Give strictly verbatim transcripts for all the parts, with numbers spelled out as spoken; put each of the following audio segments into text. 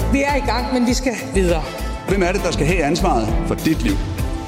Vi er i gang, men vi skal videre. Hvem er det, der skal have ansvaret for dit liv?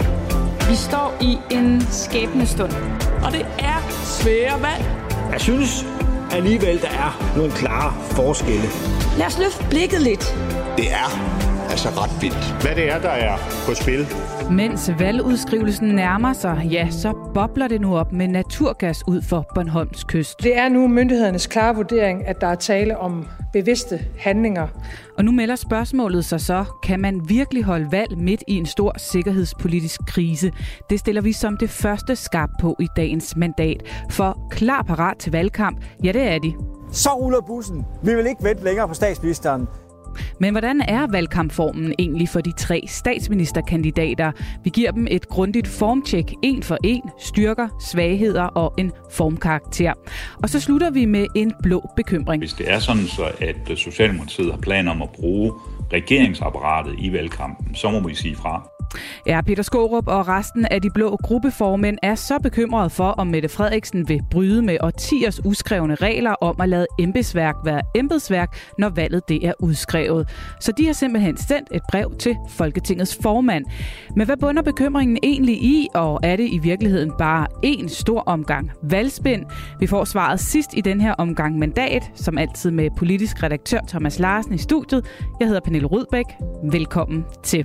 Vi står i en skæbnestund, og det er svære valg. Jeg synes alligevel, der er nogle klare forskelle. Lad os løfte blikket lidt. Det er altså ret vildt, hvad det er, der er på spil. Mens valgudskrivelsen nærmer sig, ja, så bobler det nu op med naturgas ud for Bornholms kyst. Det er nu myndighedernes klare vurdering, at der er tale om bevidste handlinger. Og nu melder spørgsmålet sig så, kan man virkelig holde valg midt i en stor sikkerhedspolitisk krise? Det stiller vi som det første skarp på i dagens mandat. For klar parat til valgkamp, ja det er de. Så ruller bussen. Vi vil ikke vente længere på statsministeren. Men hvordan er valgkampformen egentlig for de tre statsministerkandidater? Vi giver dem et grundigt formtjek, en for en, styrker, svagheder og en formkarakter. Og så slutter vi med en blå bekymring. Hvis det er sådan, så at Socialdemokratiet har planer om at bruge regeringsapparatet i valgkampen, så må vi sige fra. Ja, Peter Skaarup og resten af de blå gruppeformænd er så bekymrede for, om Mette Frederiksen vil bryde med årtiers uskrevne regler om at lade embedsværk være embedsværk, når valget det er udskrevet. Så de har simpelthen sendt et brev til Folketingets formand. Men hvad bunder bekymringen egentlig i, og er det i virkeligheden bare en stor omgang valgspind? Vi får svaret sidst i den her omgang mandat, som altid med politisk redaktør Thomas Larsen i studiet. Jeg hedder Pernille Rudbæk. Velkommen til.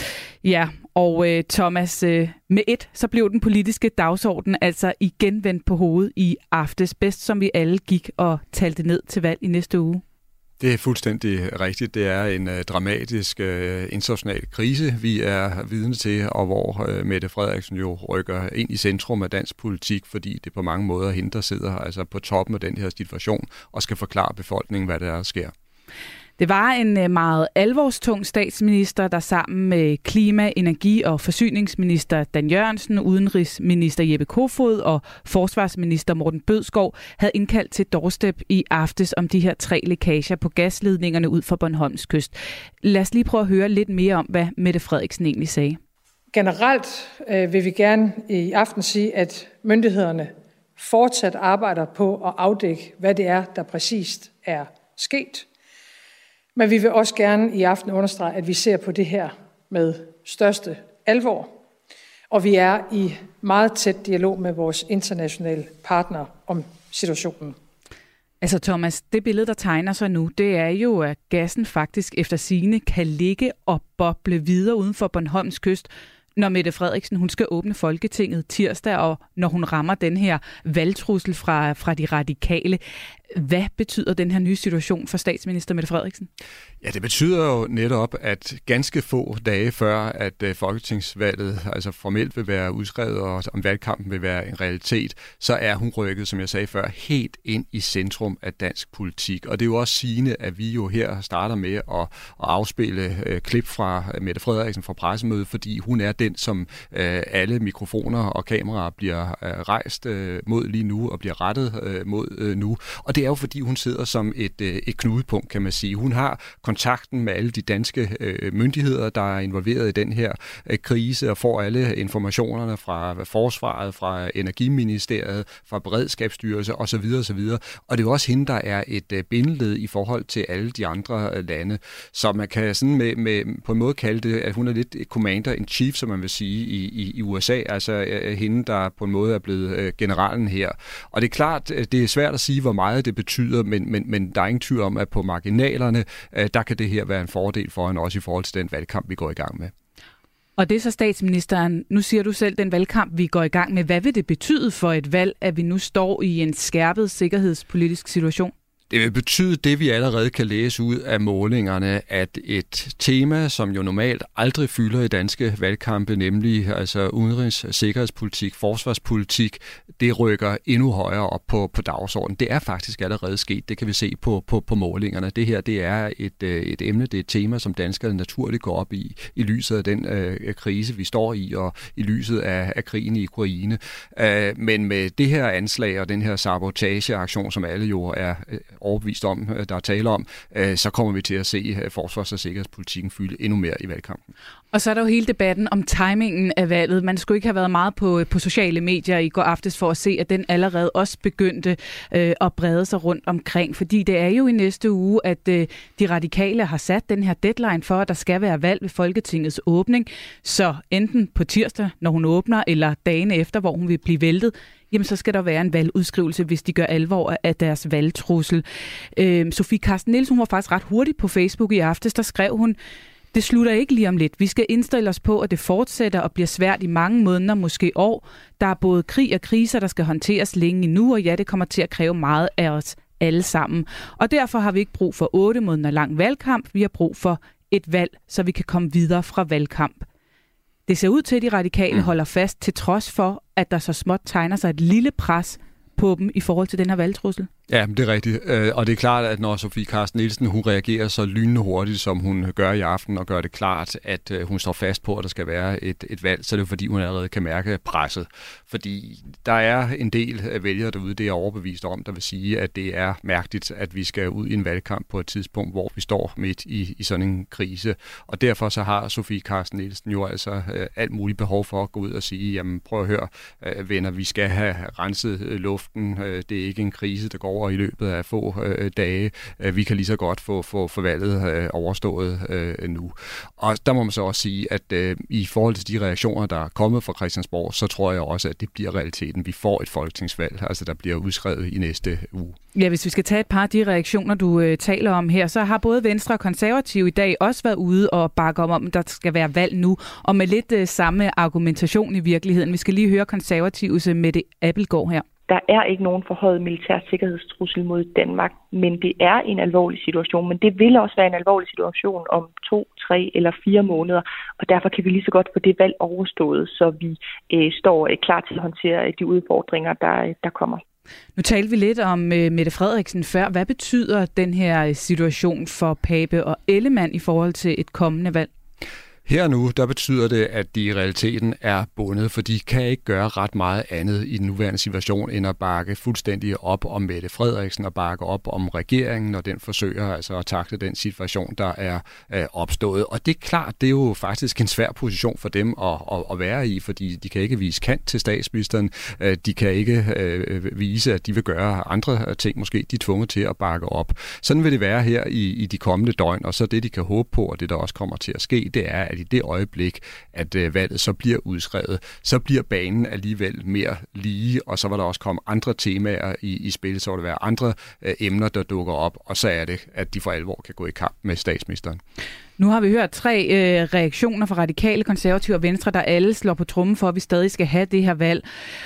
Ja, og øh, Thomas, øh, med et, så blev den politiske dagsorden altså igen vendt på hovedet i aftes, bedst som vi alle gik og talte ned til valg i næste uge. Det er fuldstændig rigtigt. Det er en uh, dramatisk uh, international krise, vi er vidne til, og hvor uh, Mette Frederiksen jo rykker ind i centrum af dansk politik, fordi det på mange måder hende, der sidder altså på toppen af den her situation og skal forklare befolkningen, hvad der sker. Det var en meget alvorstung statsminister, der sammen med klima-, energi- og forsyningsminister Dan Jørgensen, udenrigsminister Jeppe Kofod og forsvarsminister Morten Bødskov havde indkaldt til doorstep i aftes om de her tre lækager på gasledningerne ud for Bornholms kyst. Lad os lige prøve at høre lidt mere om, hvad Mette Frederiksen egentlig sagde. Generelt øh, vil vi gerne i aften sige, at myndighederne fortsat arbejder på at afdække, hvad det er, der præcist er sket. Men vi vil også gerne i aften understrege, at vi ser på det her med største alvor, og vi er i meget tæt dialog med vores internationale partnere om situationen. Altså Thomas, det billede, der tegner sig nu, det er jo, at gassen faktisk efter sigende kan ligge og boble videre uden for Bornholms kyst, når Mette Frederiksen hun skal åbne Folketinget tirsdag, og når hun rammer den her valgtrussel fra, fra de radikale. Hvad betyder den her nye situation for statsminister Mette Frederiksen? Ja, det betyder jo netop, at ganske få dage før, at folketingsvalget altså formelt vil være udskrevet, og om valgkampen vil være en realitet, så er hun rykket, som jeg sagde før, helt ind i centrum af dansk politik. Og det er jo også sigende, at vi jo her starter med at, at afspille øh, klip fra Mette Frederiksen fra pressemødet, fordi hun er den, som øh, alle mikrofoner og kameraer bliver øh, rejst øh, mod lige nu, og bliver rettet øh, mod øh, nu. Og det er jo, fordi hun sidder som et, et knudepunkt, kan man sige. Hun har kontakten med alle de danske øh, myndigheder, der er involveret i den her øh, krise, og får alle informationerne fra Forsvaret, fra Energiministeriet, fra Beredskabsstyrelse osv. osv. Og det er jo også hende, der er et øh, bindeled i forhold til alle de andre øh, lande. Så man kan sådan med, med, på en måde kalde det, at hun er lidt commander-in-chief, som man vil sige, i, i, i U S A. Altså øh, hende, der på en måde er blevet øh, generalen her. Og det er klart, det er svært at sige, hvor meget det betyder, men, men, men der er ingen tvivl om, at på marginalerne, øh, der kan det her være en fordel for hende, også i forhold til den valgkamp, vi går i gang med. Og det er så statsministeren, nu siger du selv, den valgkamp, vi går i gang med. Hvad vil det betyde for et valg, at vi nu står i en skærpet sikkerhedspolitisk situation? Det vil betyde det, vi allerede kan læse ud af målingerne, at et tema, som jo normalt aldrig fylder i danske valgkampe, nemlig altså udenrigs- sikkerhedspolitik, forsvarspolitik, det rykker endnu højere op på, på dagsordenen. Det er faktisk allerede sket, det kan vi se på, på, på målingerne. Det her, det er et, et emne, det er et tema, som danskerne naturligt går op i, i lyset af den øh, krise, vi står i, og i lyset af, af krigen i Ukraine. Øh, men med det her anslag og den her sabotageaktion, som alle jo er overbevist om, der er tale om, så kommer vi til at se forsvars- og sikkerhedspolitikken fylde endnu mere i valgkampen. Og så er der jo hele debatten om timingen af valget. Man skulle ikke have været meget på, på sociale medier i går aftes for at se, at den allerede også begyndte øh, at brede sig rundt omkring. Fordi det er jo i næste uge, at øh, de radikale har sat den her deadline for, at der skal være valg ved Folketingets åbning. Så enten på tirsdag, når hun åbner, eller dagen efter, hvor hun vil blive væltet, jamen så skal der være en valgudskrivelse, hvis de gør alvor af deres valgtrussel. Øh, Sofie Carsten Nielsen, hun var faktisk ret hurtig på Facebook i aftes, der skrev hun: det slutter ikke lige om lidt. Vi skal indstille os på, at det fortsætter og bliver svært i mange måneder, måske år. Der er både krig og kriser, der skal håndteres længe endnu, og ja, det kommer til at kræve meget af os alle sammen. Og derfor har vi ikke brug for otte måneder lang valgkamp. Vi har brug for et valg, så vi kan komme videre fra valgkamp. Det ser ud til, at de radikale holder fast, til trods for, at der så småt tegner sig et lille pres på dem i forhold til den her valgtrussel. Ja, det er rigtigt. Og det er klart, at når Sofie Carsten Nielsen hun reagerer så lynende hurtigt, som hun gør i aften, og gør det klart, at hun står fast på, at der skal være et, et valg, så er det jo fordi, hun allerede kan mærke presset. Fordi der er en del vælgere derude, det er overbevist om, der vil sige, at det er mærkeligt, at vi skal ud i en valgkamp på et tidspunkt, hvor vi står midt i, i sådan en krise. Og derfor så har Sofie Carsten Nielsen jo altså øh, alt muligt behov for at gå ud og sige, jamen prøv at høre, øh, venner, vi skal have renset øh, luften. Øh, det er ikke en krise, der går over i løbet af få øh, dage. Øh, vi kan lige så godt få, få, få valget øh, overstået øh, nu. Og der må man så også sige, at øh, i forhold til de reaktioner, der er kommet fra Christiansborg, så tror jeg også, at det bliver realiteten. Vi får et folketingsvalg, altså der bliver udskrevet i næste uge. Ja, hvis vi skal tage et par af de reaktioner, du øh, taler om her, så har både Venstre og Konservative i dag også været ude og bakke om, at der skal være valg nu, og med lidt øh, samme argumentation i virkeligheden. Vi skal lige høre Konservatives Mette Abildgaard her. Der er ikke nogen forhøjet militær sikkerhedstrussel mod Danmark, men det er en alvorlig situation. Men det vil også være en alvorlig situation om to, tre eller fire måneder, og derfor kan vi lige så godt få det valg overstået, så vi øh, står øh, klar til at håndtere de udfordringer, der, der kommer. Nu talte vi lidt om uh, Mette Frederiksen før. Hvad betyder den her situation for Pape og Ellemann i forhold til et kommende valg? Her nu, der betyder det, at de i realiteten er bundet, for de kan ikke gøre ret meget andet i den nuværende situation, end at bakke fuldstændig op om Mette Frederiksen og bakke op om regeringen, når den forsøger altså at takle den situation, der er øh, opstået. Og det er klart, det er jo faktisk en svær position for dem at, at, at være i, fordi de kan ikke vise kant til statsministeren, øh, de kan ikke øh, vise, at de vil gøre andre ting, måske de er tvunget til at bakke op. Sådan vil det være her i, i de kommende døgn, og så det, de kan håbe på, og det, der også kommer til at ske, det er, at i det øjeblik, at øh, valget så bliver udskrevet, så bliver banen alligevel mere lige, og så vil der også komme andre temaer i, i spil, så vil der være andre øh, emner, der dukker op, og så er det, at de for alvor kan gå i kamp med statsministeren. Nu har vi hørt tre øh, reaktioner fra Radikale, Konservative og Venstre, der alle slår på trommen for, at vi stadig skal have det her valg.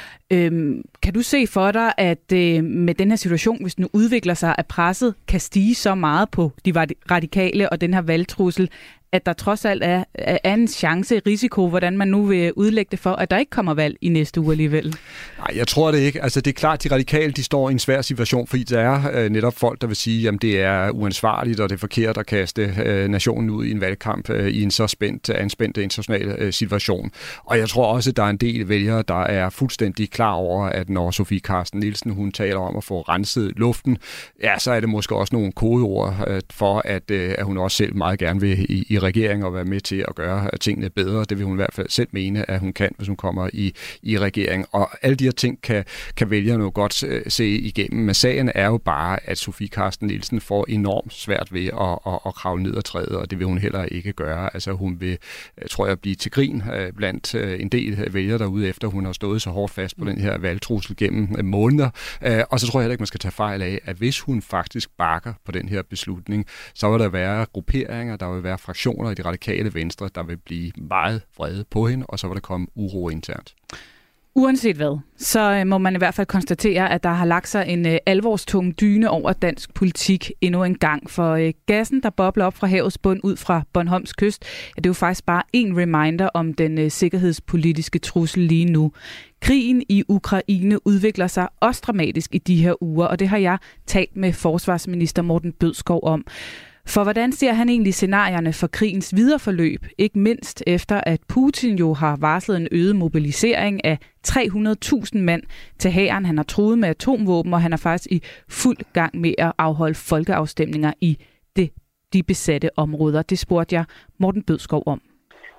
Øhm, kan du se for dig, at øh, med den her situation, hvis den udvikler sig, at presset kan stige så meget på de radikale og den her valgtrussel, at der trods alt er, er en chance, risiko, hvordan man nu vil udlægge det for, at der ikke kommer valg i næste uge alligevel? Nej, jeg tror det ikke. Altså det er klart, at de radikale de står i en svær situation, fordi der er øh, netop folk, der vil sige, at det er uansvarligt, og det er forkert at kaste øh, nationen ud i en valgkamp øh, i en så spændt, anspændt international øh, situation. Og jeg tror også, at der er en del vælgere, der er fuldstændig klar over, at når Sofie Carsten Nielsen hun taler om at få renset luften, ja, så er det måske også nogle kodeord øh, for, at, øh, at hun også selv meget gerne vil i, i regering og være med til at gøre tingene bedre. Det vil hun i hvert fald selv mene, at hun kan, hvis hun kommer i, i regering. Og alle de her ting kan, kan vælgerne jo godt uh, se igennem. Men sagen er jo bare, at Sofie Carsten Nielsen får enormt svært ved at, at, at kravle ned ad træet, og det vil hun heller ikke gøre. Altså hun vil, tror jeg, blive til grin uh, blandt uh, en del vælgere derude, efter hun har stået så hårdt fast på den her valgtrussel gennem uh, måneder. Uh, og så tror jeg heller ikke, man skal tage fejl af, at hvis hun faktisk bakker på den her beslutning, så vil der være grupperinger, der vil være fraktioner i de radikale Venstre, der vil blive meget vrede på hende, og så vil der komme uro internt. Uanset hvad, så må man i hvert fald konstatere, at der har lagt sig en uh, alvorstung dyne over dansk politik endnu en gang. For uh, gassen, der bobler op fra havets bund ud fra Bornholms kyst, ja, det er jo faktisk bare en reminder om den uh, sikkerhedspolitiske trussel lige nu. Krigen i Ukraine udvikler sig også dramatisk i de her uger, og det har jeg talt med forsvarsminister Morten Bødskov om. For hvordan ser han egentlig scenarierne for krigens videre forløb, ikke mindst efter at Putin jo har varslet en øget mobilisering af tre hundrede tusind mand til hæren. Han har truet med atomvåben, og han er faktisk i fuld gang med at afholde folkeafstemninger i det, de besatte områder. Det spurgte jeg Morten Bødskov om.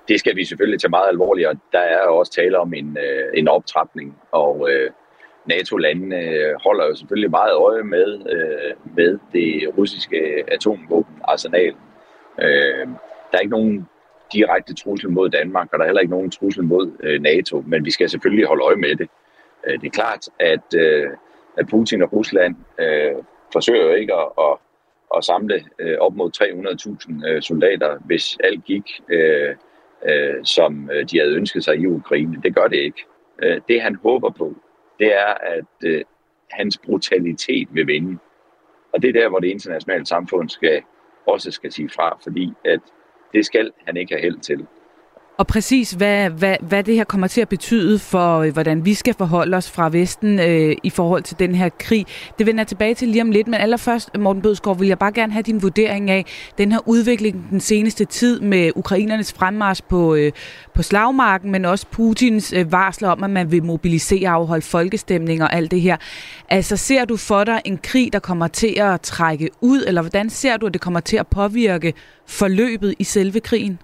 det skal vi selvfølgelig tage meget alvorligt, og der er også tale om en, øh, en optrapning, og øh, NATO-landene holder jo selvfølgelig meget øje med, øh, med det russiske atomvåbenarsenal. Øh, der er ikke nogen direkte trussel mod Danmark, og der er heller ikke nogen trussel mod øh, NATO, men vi skal selvfølgelig holde øje med det. Øh, det er klart, at, øh, at Putin og Rusland øh, forsøger jo ikke at, at, at samle øh, op mod tre hundrede tusind øh, soldater, hvis alt gik, øh, øh, som de havde ønsket sig i Ukraine. Det gør det ikke. Øh, det han håber på, det er, at øh, hans brutalitet vil vinde. Og det er der, hvor det internationale samfund skal, også skal sige fra, fordi at det skal han ikke have held til. Og præcis, hvad, hvad, hvad det her kommer til at betyde for, øh, hvordan vi skal forholde os fra Vesten øh, i forhold til den her krig, det vender jeg tilbage til lige om lidt. Men allerførst, Morten Bødskov, vil jeg bare gerne have din vurdering af den her udvikling den seneste tid med ukrainernes fremmarch på, øh, på slagmarken, men også Putins øh, varsler om, at man vil mobilisere og afholde folkestemning og alt det her. Altså, ser du for dig en krig, der kommer til at trække ud, eller hvordan ser du, at det kommer til at påvirke forløbet i selve krigen?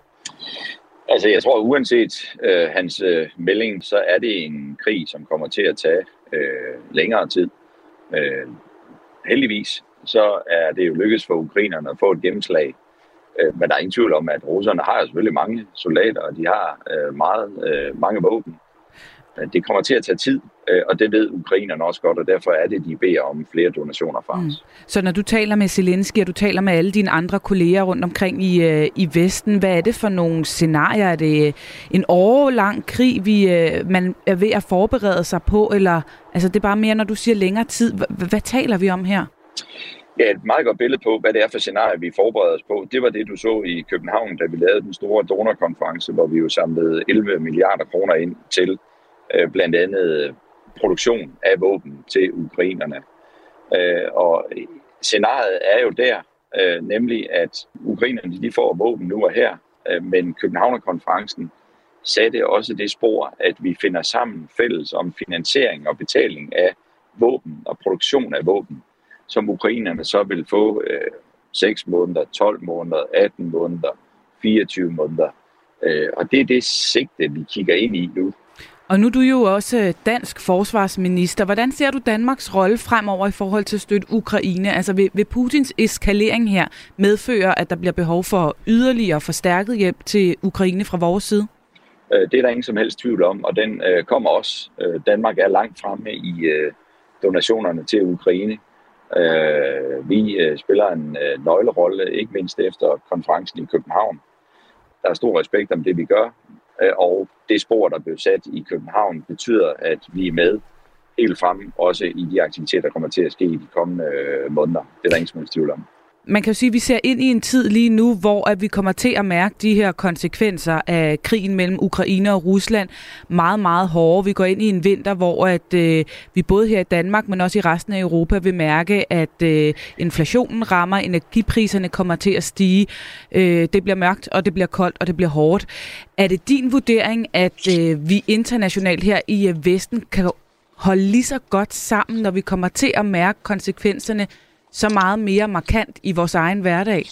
Altså, jeg tror, uanset øh, hans øh, melding, så er det en krig, som kommer til at tage øh, længere tid. Øh, heldigvis, så er det jo lykkedes for ukrainerne at få et gennemslag. Øh, men der er ingen tvivl om, at russerne har selvfølgelig mange soldater, og de har øh, meget, øh, mange våben. Det kommer til at tage tid, og det ved ukrainerne også godt, og derfor er det, de beder om flere donationer fra os. Mm. Så når du taler med Zelensky, og du taler med alle dine andre kolleger rundt omkring i, i Vesten, hvad er det for nogle scenarier? Er det en årelang krig, vi, man er ved at forberede sig på, eller altså det er bare mere, når du siger længere tid? Hvad, hvad taler vi om her? Ja, et meget godt billede på, hvad det er for scenarier, vi forbereder os på. Det var det, du så i København, da vi lavede den store donorkonference, hvor vi jo samlede elleve milliarder kroner ind til blandt andet produktion af våben til ukrainerne. Og scenariet er jo der, nemlig at ukrainerne de får våben nu og her, men Københavnerkonferencen satte også det spor, at vi finder sammen fælles om finansiering og betaling af våben og produktion af våben, som ukrainerne så vil få seks måneder, tolv måneder, atten måneder, fireogtyve måneder. Og det er det sigte, vi kigger ind i nu. Og nu er du jo også dansk forsvarsminister. Hvordan ser du Danmarks rolle fremover i forhold til at støtte Ukraine? Altså vil, vil Putins eskalering her medføre, at der bliver behov for yderligere forstærket hjælp til Ukraine fra vores side? Det er der ingen som helst tvivl om, og den øh, kommer også. Danmark er langt fremme i øh, donationerne til Ukraine. Øh, vi øh, spiller en øh, nøglerolle, ikke mindst efter konferencen i København. Der er stor respekt om det, vi gør. Og det spor, der blev sat i København, betyder, at vi er med helt fremme, også i de aktiviteter, der kommer til at ske i de kommende måneder. Det er der ingen som helst tvivl om. Man kan jo sige, at vi ser ind i en tid lige nu, hvor at vi kommer til at mærke de her konsekvenser af krigen mellem Ukraine og Rusland meget, meget hårde. Vi går ind i en vinter, hvor at, øh, vi både her i Danmark, men også i resten af Europa vil mærke, at øh, inflationen rammer, energipriserne kommer til at stige. Øh, det bliver mørkt, og det bliver koldt, og det bliver hårdt. Er det din vurdering, at øh, vi internationalt her i øh, Vesten kan holde lige så godt sammen, når vi kommer til at mærke konsekvenserne så meget mere markant i vores egen hverdag?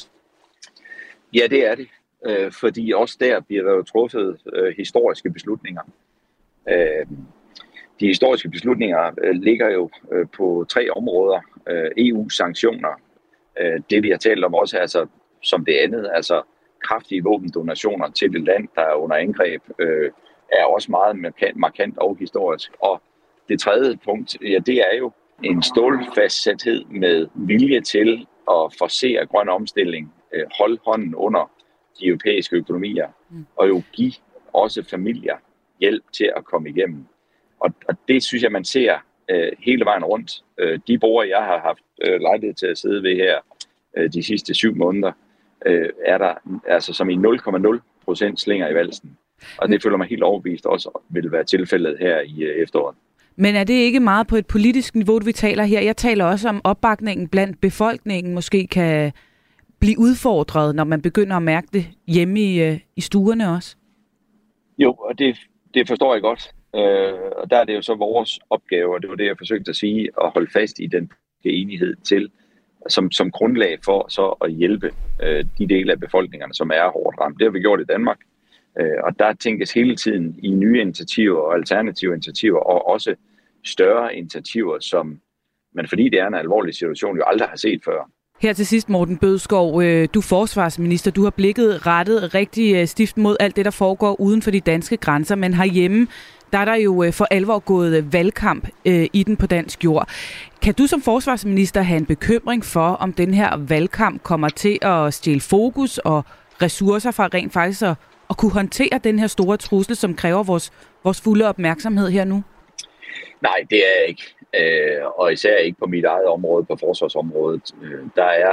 Ja, det er det. Øh, fordi også der bliver der jo truffet øh, historiske beslutninger. Øh, de historiske beslutninger øh, ligger jo øh, på tre områder. Øh, E U-sanktioner, øh, det vi har talt om også, altså som det andet, altså kraftige våbendonationer til et land, der er under angreb, øh, er også meget markant, markant og historisk. Og det tredje punkt, ja, det er jo en stålfastsæthed med vilje til at forcere grøn omstilling, holde hånden under de europæiske økonomier, og jo give også familier hjælp til at komme igennem. Og, og det synes jeg, man ser øh, hele vejen rundt. Øh, de borgere, jeg har haft øh, lejlighed til at sidde ved her øh, de sidste syv måneder, øh, er der altså som i nul komma nul procent slinger i valsen. Og det føler mig helt overbevist også vil være tilfældet her i øh, efteråret. Men er det ikke meget på et politisk niveau, vi taler her? Jeg taler også om opbakningen blandt befolkningen måske kan blive udfordret, når man begynder at mærke det hjemme i, i stuerne også. Jo, og det, det forstår jeg godt. Øh, og der er det jo så vores opgave, og det var det, jeg forsøgte at sige, at holde fast i den enighed til, som, som grundlag for så at hjælpe øh, de dele af befolkningerne, som er hårdt ramt. Det har vi gjort i Danmark. Og der tænkes hele tiden i nye initiativer og alternative initiativer, og også større initiativer, som man, fordi det er en alvorlig situation, jo aldrig har set før. Her til sidst, Morten Bødskov, du er forsvarsminister. Du har blikket rettet rigtig stift mod alt det, der foregår uden for de danske grænser, men herhjemme, der er der jo for alvor gået valgkamp i den på dansk jord. Kan du som forsvarsminister have en bekymring for, om den her valgkamp kommer til at stjæle fokus og ressourcer fra rent faktisk at, at kunne håndtere den her store trussel, som kræver vores, vores fulde opmærksomhed her nu? Nej, det er jeg ikke. Øh, og især ikke på mit eget område, på forsvarsområdet. Øh, der er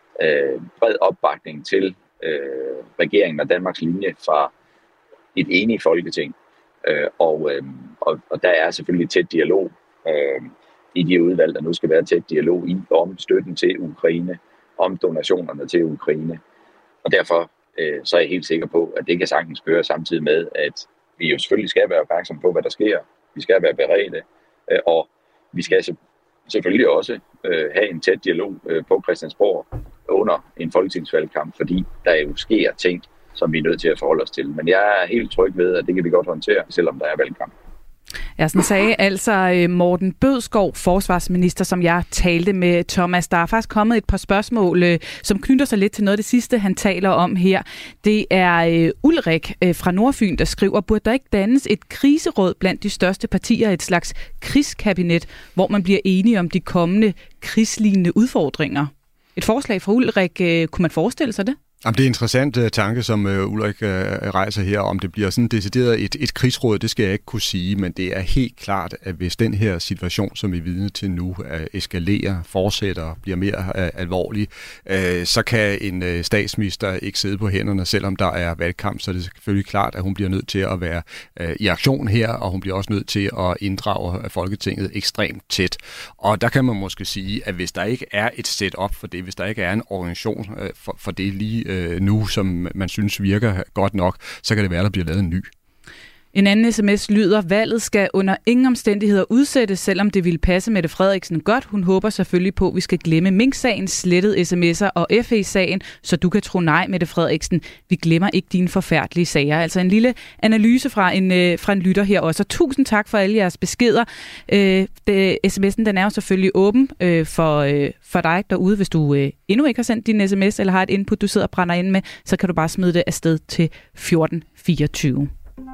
øh, bred opbakning til øh, regeringen og Danmarks linje fra et enigt Folketing. Øh, og, øh, og, og der er selvfølgelig tæt dialog øh, i de udvalg, der nu skal være tæt dialog i, om støtten til Ukraine, om donationerne til Ukraine. Og derfor øh, så er jeg helt sikker på, at det kan sagtens køre samtidig med, at vi jo selvfølgelig skal være opmærksom på, hvad der sker. Vi skal være beredte, øh, og vi skal selvfølgelig også øh, have en tæt dialog øh, på Christiansborg under en folketingsvalgkamp, fordi der jo sker ting, som vi er nødt til at forholde os til. Men jeg er helt tryg ved, at det kan vi godt håndtere, selvom der er valgkamp. Jeg sådan sagde altså Morten Bødskov, forsvarsminister, som jeg talte med Thomas. Der er faktisk kommet et par spørgsmål, som knytter sig lidt til noget af det sidste, han taler om her. Det er Ulrik fra Nordfyn, der skriver, burde der ikke dannes et kriseråd blandt de største partier, et slags krigskabinet, hvor man bliver enige om de kommende krigslignende udfordringer? Et forslag fra Ulrik, kunne man forestille sig det? Jamen, det er en interessant uh, tanke, som uh, Ulrik uh, rejser her, om det bliver sådan decideret et, et krigsråd, det skal jeg ikke kunne sige, men det er helt klart, at hvis den her situation, som vi er vidne til nu, uh, eskalerer, fortsætter og bliver mere uh, alvorlig, uh, så kan en uh, statsminister ikke sidde på hænderne, selvom der er valgkamp, så er det selvfølgelig klart, at hun bliver nødt til at være uh, i aktion her, og hun bliver også nødt til at inddrage Folketinget ekstremt tæt. Og der kan man måske sige, at hvis der ikke er et setup for det, hvis der ikke er en organisation uh, for, for det lige nu, som man synes virker godt nok, så kan det være, der bliver lavet en ny. En anden sms lyder, valget skal under ingen omstændigheder udsættes, selvom det ville passe Mette Frederiksen godt. Hun håber selvfølgelig på, at vi skal glemme Mink-sagen, slettede sms'er og F E-sagen, så du kan tro nej, Mette Frederiksen. Vi glemmer ikke dine forfærdelige sager. Altså en lille analyse fra en, øh, fra en lytter her også. Tusind tak for alle jeres beskeder. Øh, det, sms'en den er jo selvfølgelig åben øh, for, øh, for dig derude. Hvis du øh, endnu ikke har sendt din sms, eller har et input, du sidder og brænder ind med, så kan du bare smide det afsted til fjorten fireogtyve.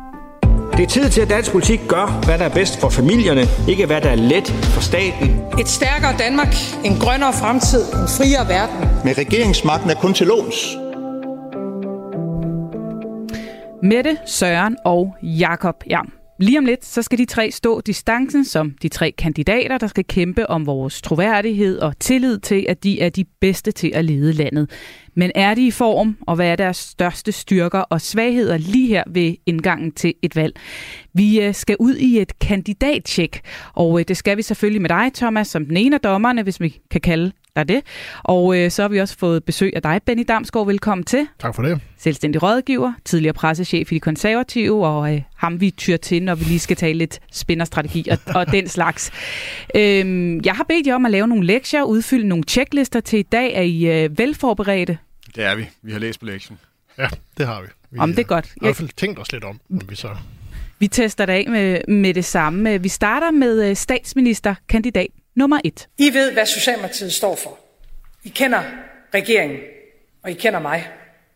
Det er tid til, at dansk politik gør, hvad der er bedst for familierne, ikke hvad der er let for staten. Et stærkere Danmark, en grønnere fremtid, en friere verden. Med regeringsmagten er kun til låns. Mette, Søren og Jakob. Ja. Lige om lidt, så skal de tre stå distancen som de tre kandidater, der skal kæmpe om vores troværdighed og tillid til, at de er de bedste til at lede landet. Men er de i form, og hvad er deres største styrker og svagheder lige her ved indgangen til et valg? Vi skal ud i et kandidattjek, og det skal vi selvfølgelig med dig, Thomas, som den ene af dommerne, hvis vi kan kalde dig det. Og så har vi også fået besøg af dig, Benny Damsgaard. Velkommen til. Tak for det. Selvstændig rådgiver, tidligere pressechef i De Konservative, og øh, ham vi tyr til, når vi lige skal tale lidt spinderstrategi og, og den slags. Øhm, jeg har bedt jer om at lave nogle lektier, udfylde nogle checklister til i dag. Er I øh, velforberedte? Det er vi. Vi har læst på lektionen. Ja, det har vi. Vi om det er godt. Jeg har i hvert fald tænkt os lidt om, men vi så... Vi tester det af med, med det samme. Vi starter med statsministerkandidat nummer et. I ved, hvad Socialdemokratiet står for. I kender regeringen, og I kender mig.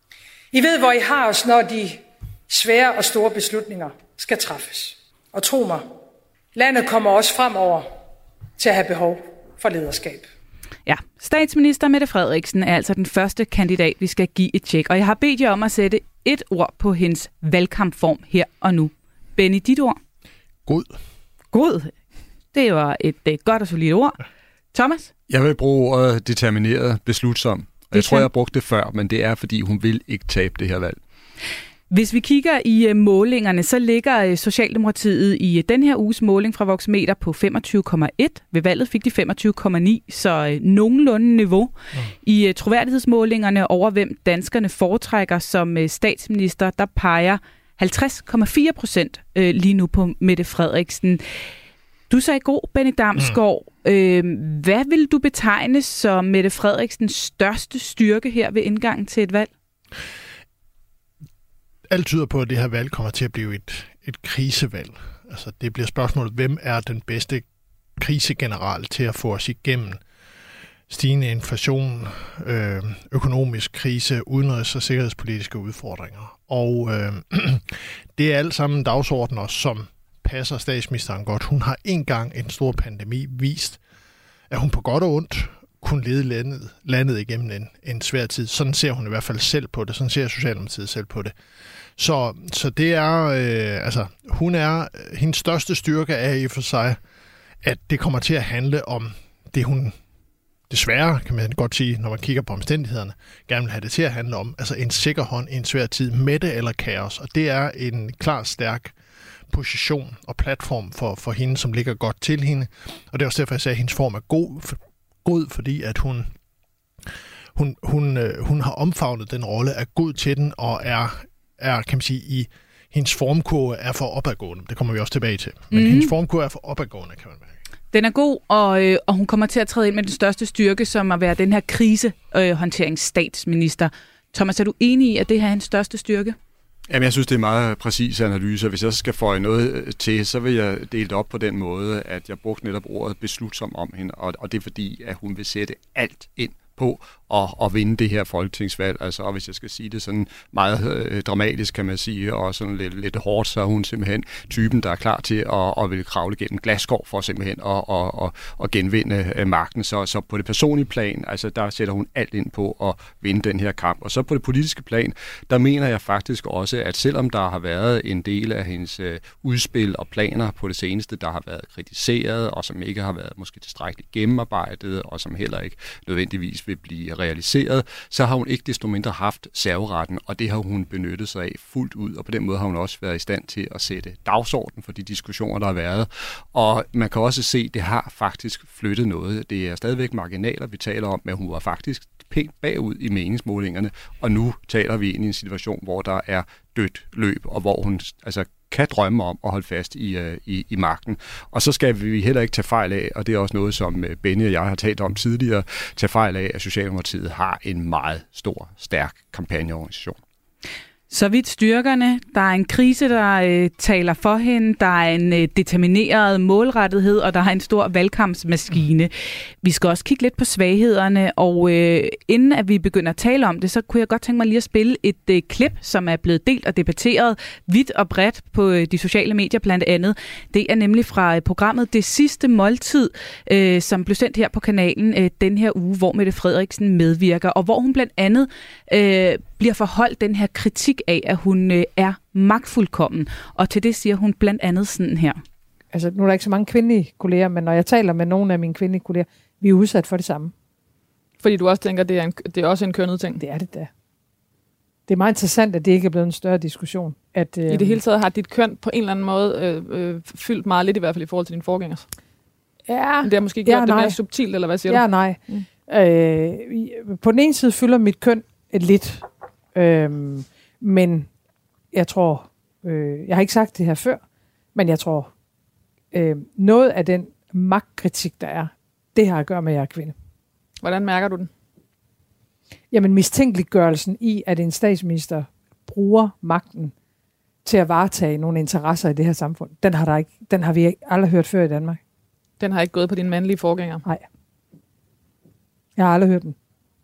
I ved, hvor I har os, når de svære og store beslutninger skal træffes. Og tro mig, landet kommer også fremover til at have behov for lederskab. Ja, statsminister Mette Frederiksen er altså den første kandidat, vi skal give et tjek. Og jeg har bedt jer om at sætte et ord på hendes valgkampform her og nu. Benny, dit ord? God. God. Det var et, et godt og solidt ord. Thomas? Jeg vil bruge ordet determineret, beslutsom. Jeg tror, jeg har brugt det før, men det er, fordi hun vil ikke tabe det her valg. Hvis vi kigger i målingerne, så ligger Socialdemokratiet i den her uges måling fra Voxmeter på femogtyve komma et. Ved valget fik de femogtyve komma ni, så nogenlunde niveau. Mm. I troværdighedsmålingerne over, hvem danskerne foretrækker som statsminister, der peger halvtreds komma fire procent lige nu på Mette Frederiksen. Du sagde god, Benny Damsgaard. Mm. Øh, hvad vil du betegne som Mette Frederiksens største styrke her ved indgangen til et valg? alt tyder på, at det her valg kommer til at blive et, et krisevalg. Altså, det bliver spørgsmålet, hvem er den bedste krisegeneral til at få os igennem stigende inflation, øh, økonomisk krise, udenrigs- og sikkerhedspolitiske udfordringer. Og øh, det er alt sammen dagsordner, som passer statsministeren godt. Hun har engang i en stor pandemi vist, at hun på godt og ondt kunne lede landet, landet igennem en, en svær tid. Sådan ser hun i hvert fald selv på det. Sådan ser Socialdemokratiet selv på det. Så, så det er, øh, altså, hun er, hendes største styrke er i for sig, at det kommer til at handle om det, hun desværre, kan man godt sige, når man kigger på omstændighederne, gerne vil have det til at handle om, altså en sikker hånd i en svær tid, mætte eller kaos. Og det er en klar, stærk position og platform for, for hende, som ligger godt til hende. Og det er også derfor, jeg sagde, at hendes form er god, for, god fordi at hun, hun, hun, øh, hun har omfavnet den rolle, er god til den, og er, er kan man sige, i hendes formkurve er for opadgående. Det kommer vi også tilbage til. Men mm. hendes formkurve er for opadgående, kan man mærke. Den er god, og, øh, og hun kommer til at træde ind med den største styrke, som at være den her krisehåndteringsstatsminister. Thomas, er du enig i, at det her er hendes største styrke? Jamen, jeg synes, det er meget præcis analyse. Hvis jeg skal føje noget til, så vil jeg dele det op på den måde, at jeg brugte netop ordet beslutsom om hende, og, og det er fordi, at hun vil sætte alt ind på at, at vinde det her folketingsvalg. Altså, og hvis jeg skal sige det sådan meget øh, dramatisk, kan man sige, og sådan lidt, lidt hårdt, så er hun simpelthen typen, der er klar til at, at ville kravle gennem glasskår for simpelthen at, at, at, at genvinde øh, magten. Så, så på det personlige plan, altså, der sætter hun alt ind på at vinde den her kamp. Og så på det politiske plan, der mener jeg faktisk også, at selvom der har været en del af hendes øh, udspil og planer på det seneste, der har været kritiseret, og som ikke har været måske tilstrækkeligt gennemarbejdet, og som heller ikke nødvendigvis vil blive realiseret, så har hun ikke desto mindre haft serveretten, og det har hun benyttet sig af fuldt ud, og på den måde har hun også været i stand til at sætte dagsorden for de diskussioner, der har været. Og man kan også se, at det har faktisk flyttet noget. Det er stadigvæk marginaler, vi taler om, men hun var faktisk pænt bagud i meningsmålingerne, og nu taler vi ind i en situation, hvor der er dødt løb, og hvor hun altså kan drømme om at holde fast i, i, i magten. Og så skal vi heller ikke tage fejl af, og det er også noget, som Benny og jeg har talt om tidligere, tage fejl af, at Socialdemokratiet har en meget stor, stærk kampagneorganisation. Så vidt styrkerne. Der er en krise, der øh, taler for hende. Der er en øh, determineret målrettighed, og der er en stor valgkampsmaskine. Vi skal også kigge lidt på svaghederne, og øh, inden at vi begynder at tale om det, så kunne jeg godt tænke mig lige at spille et øh, klip, som er blevet delt og debatteret vidt og bredt på øh, de sociale medier blandt andet. Det er nemlig fra øh, programmet Det Sidste Måltid, øh, som blev sendt her på kanalen øh, den her uge, hvor Mette Frederiksen medvirker, og hvor hun blandt andet øh, bliver forholdt den her kritik af, at hun øh, er magtfuldkommen. Og til det siger hun blandt andet sådan her. Altså, nu er der ikke så mange kvindelige kolleger, men når jeg taler med nogle af mine kvindelige kolleger, vi er udsat for det samme. Fordi du også tænker, at det er, en, det er også en kønnet ting? Det er det da. Det er meget interessant, at det ikke er blevet en større diskussion. At, øh, I det hele taget har dit køn på en eller anden måde øh, øh, fyldt meget lidt, i hvert fald i forhold til dine forgængers. Ja. Men det har måske gjort ja, det mere subtilt, eller hvad siger ja, du? Ja, nej. Mm. Øh, på den ene side fylder mit køn lidt. Øhm, men jeg tror, øh, jeg har ikke sagt det her før, men jeg tror, øh, noget af den magtkritik, der er, det har at gøre med, at jeg er kvinde. Hvordan mærker du den? Jamen mistænkeliggørelsen i, at en statsminister bruger magten til at varetage nogle interesser i det her samfund, den har, der ikke, den har vi aldrig hørt før i Danmark. Den har ikke gået på dine mandlige forgængere? Nej. Jeg har aldrig hørt den.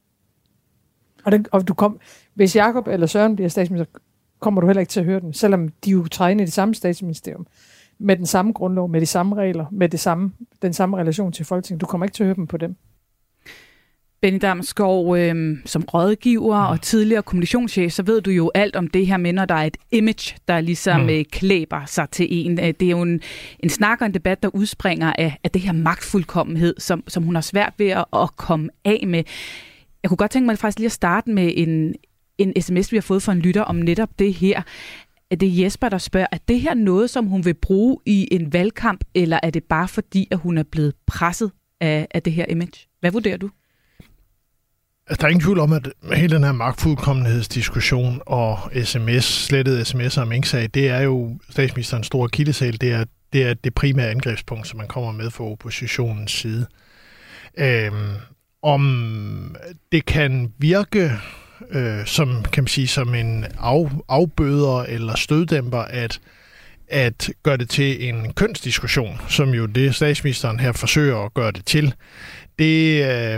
Og, den, og du kom, hvis Jakob eller Søren bliver statsminister, kommer du heller ikke til at høre den, selvom de jo træder ind i det samme statsministerium, med den samme grundlov, med de samme regler, med det samme, den samme relation til Folketinget. Du kommer ikke til at høre dem på dem. Benny Damsgaard, øh, som rådgiver og tidligere kommunikationschef, så ved du jo alt om det her med, når der er et image, der ligesom mm. øh, klæber sig til en. Det er jo en, en snak og en debat, der udspringer af, af det her magtfuldkommenhed, som, som hun har svært ved at, at komme af med. Jeg kunne godt tænke mig faktisk lige at starte med en, en sms, vi har fået fra en lytter om netop det her. Er det Jesper, der spørger, er det her noget, som hun vil bruge i en valgkamp, eller er det bare fordi, at hun er blevet presset af, af det her image? Hvad vurderer du? Altså, der er ingen tvivl om, at hele den her magtfuldkommenhedsdiskussion og sms, slettede sms'er om Mink-sag, det er jo statsministerens store akilleshæl. Det er, det er det primære angrebspunkt, som man kommer med fra oppositionens side. Øhm, om det kan virke øh, som kan man sige, som en af, afbøder eller støddæmper, at, at gøre det til en kønsdiskussion, som jo det statsministeren her forsøger at gøre det til. Det, øh,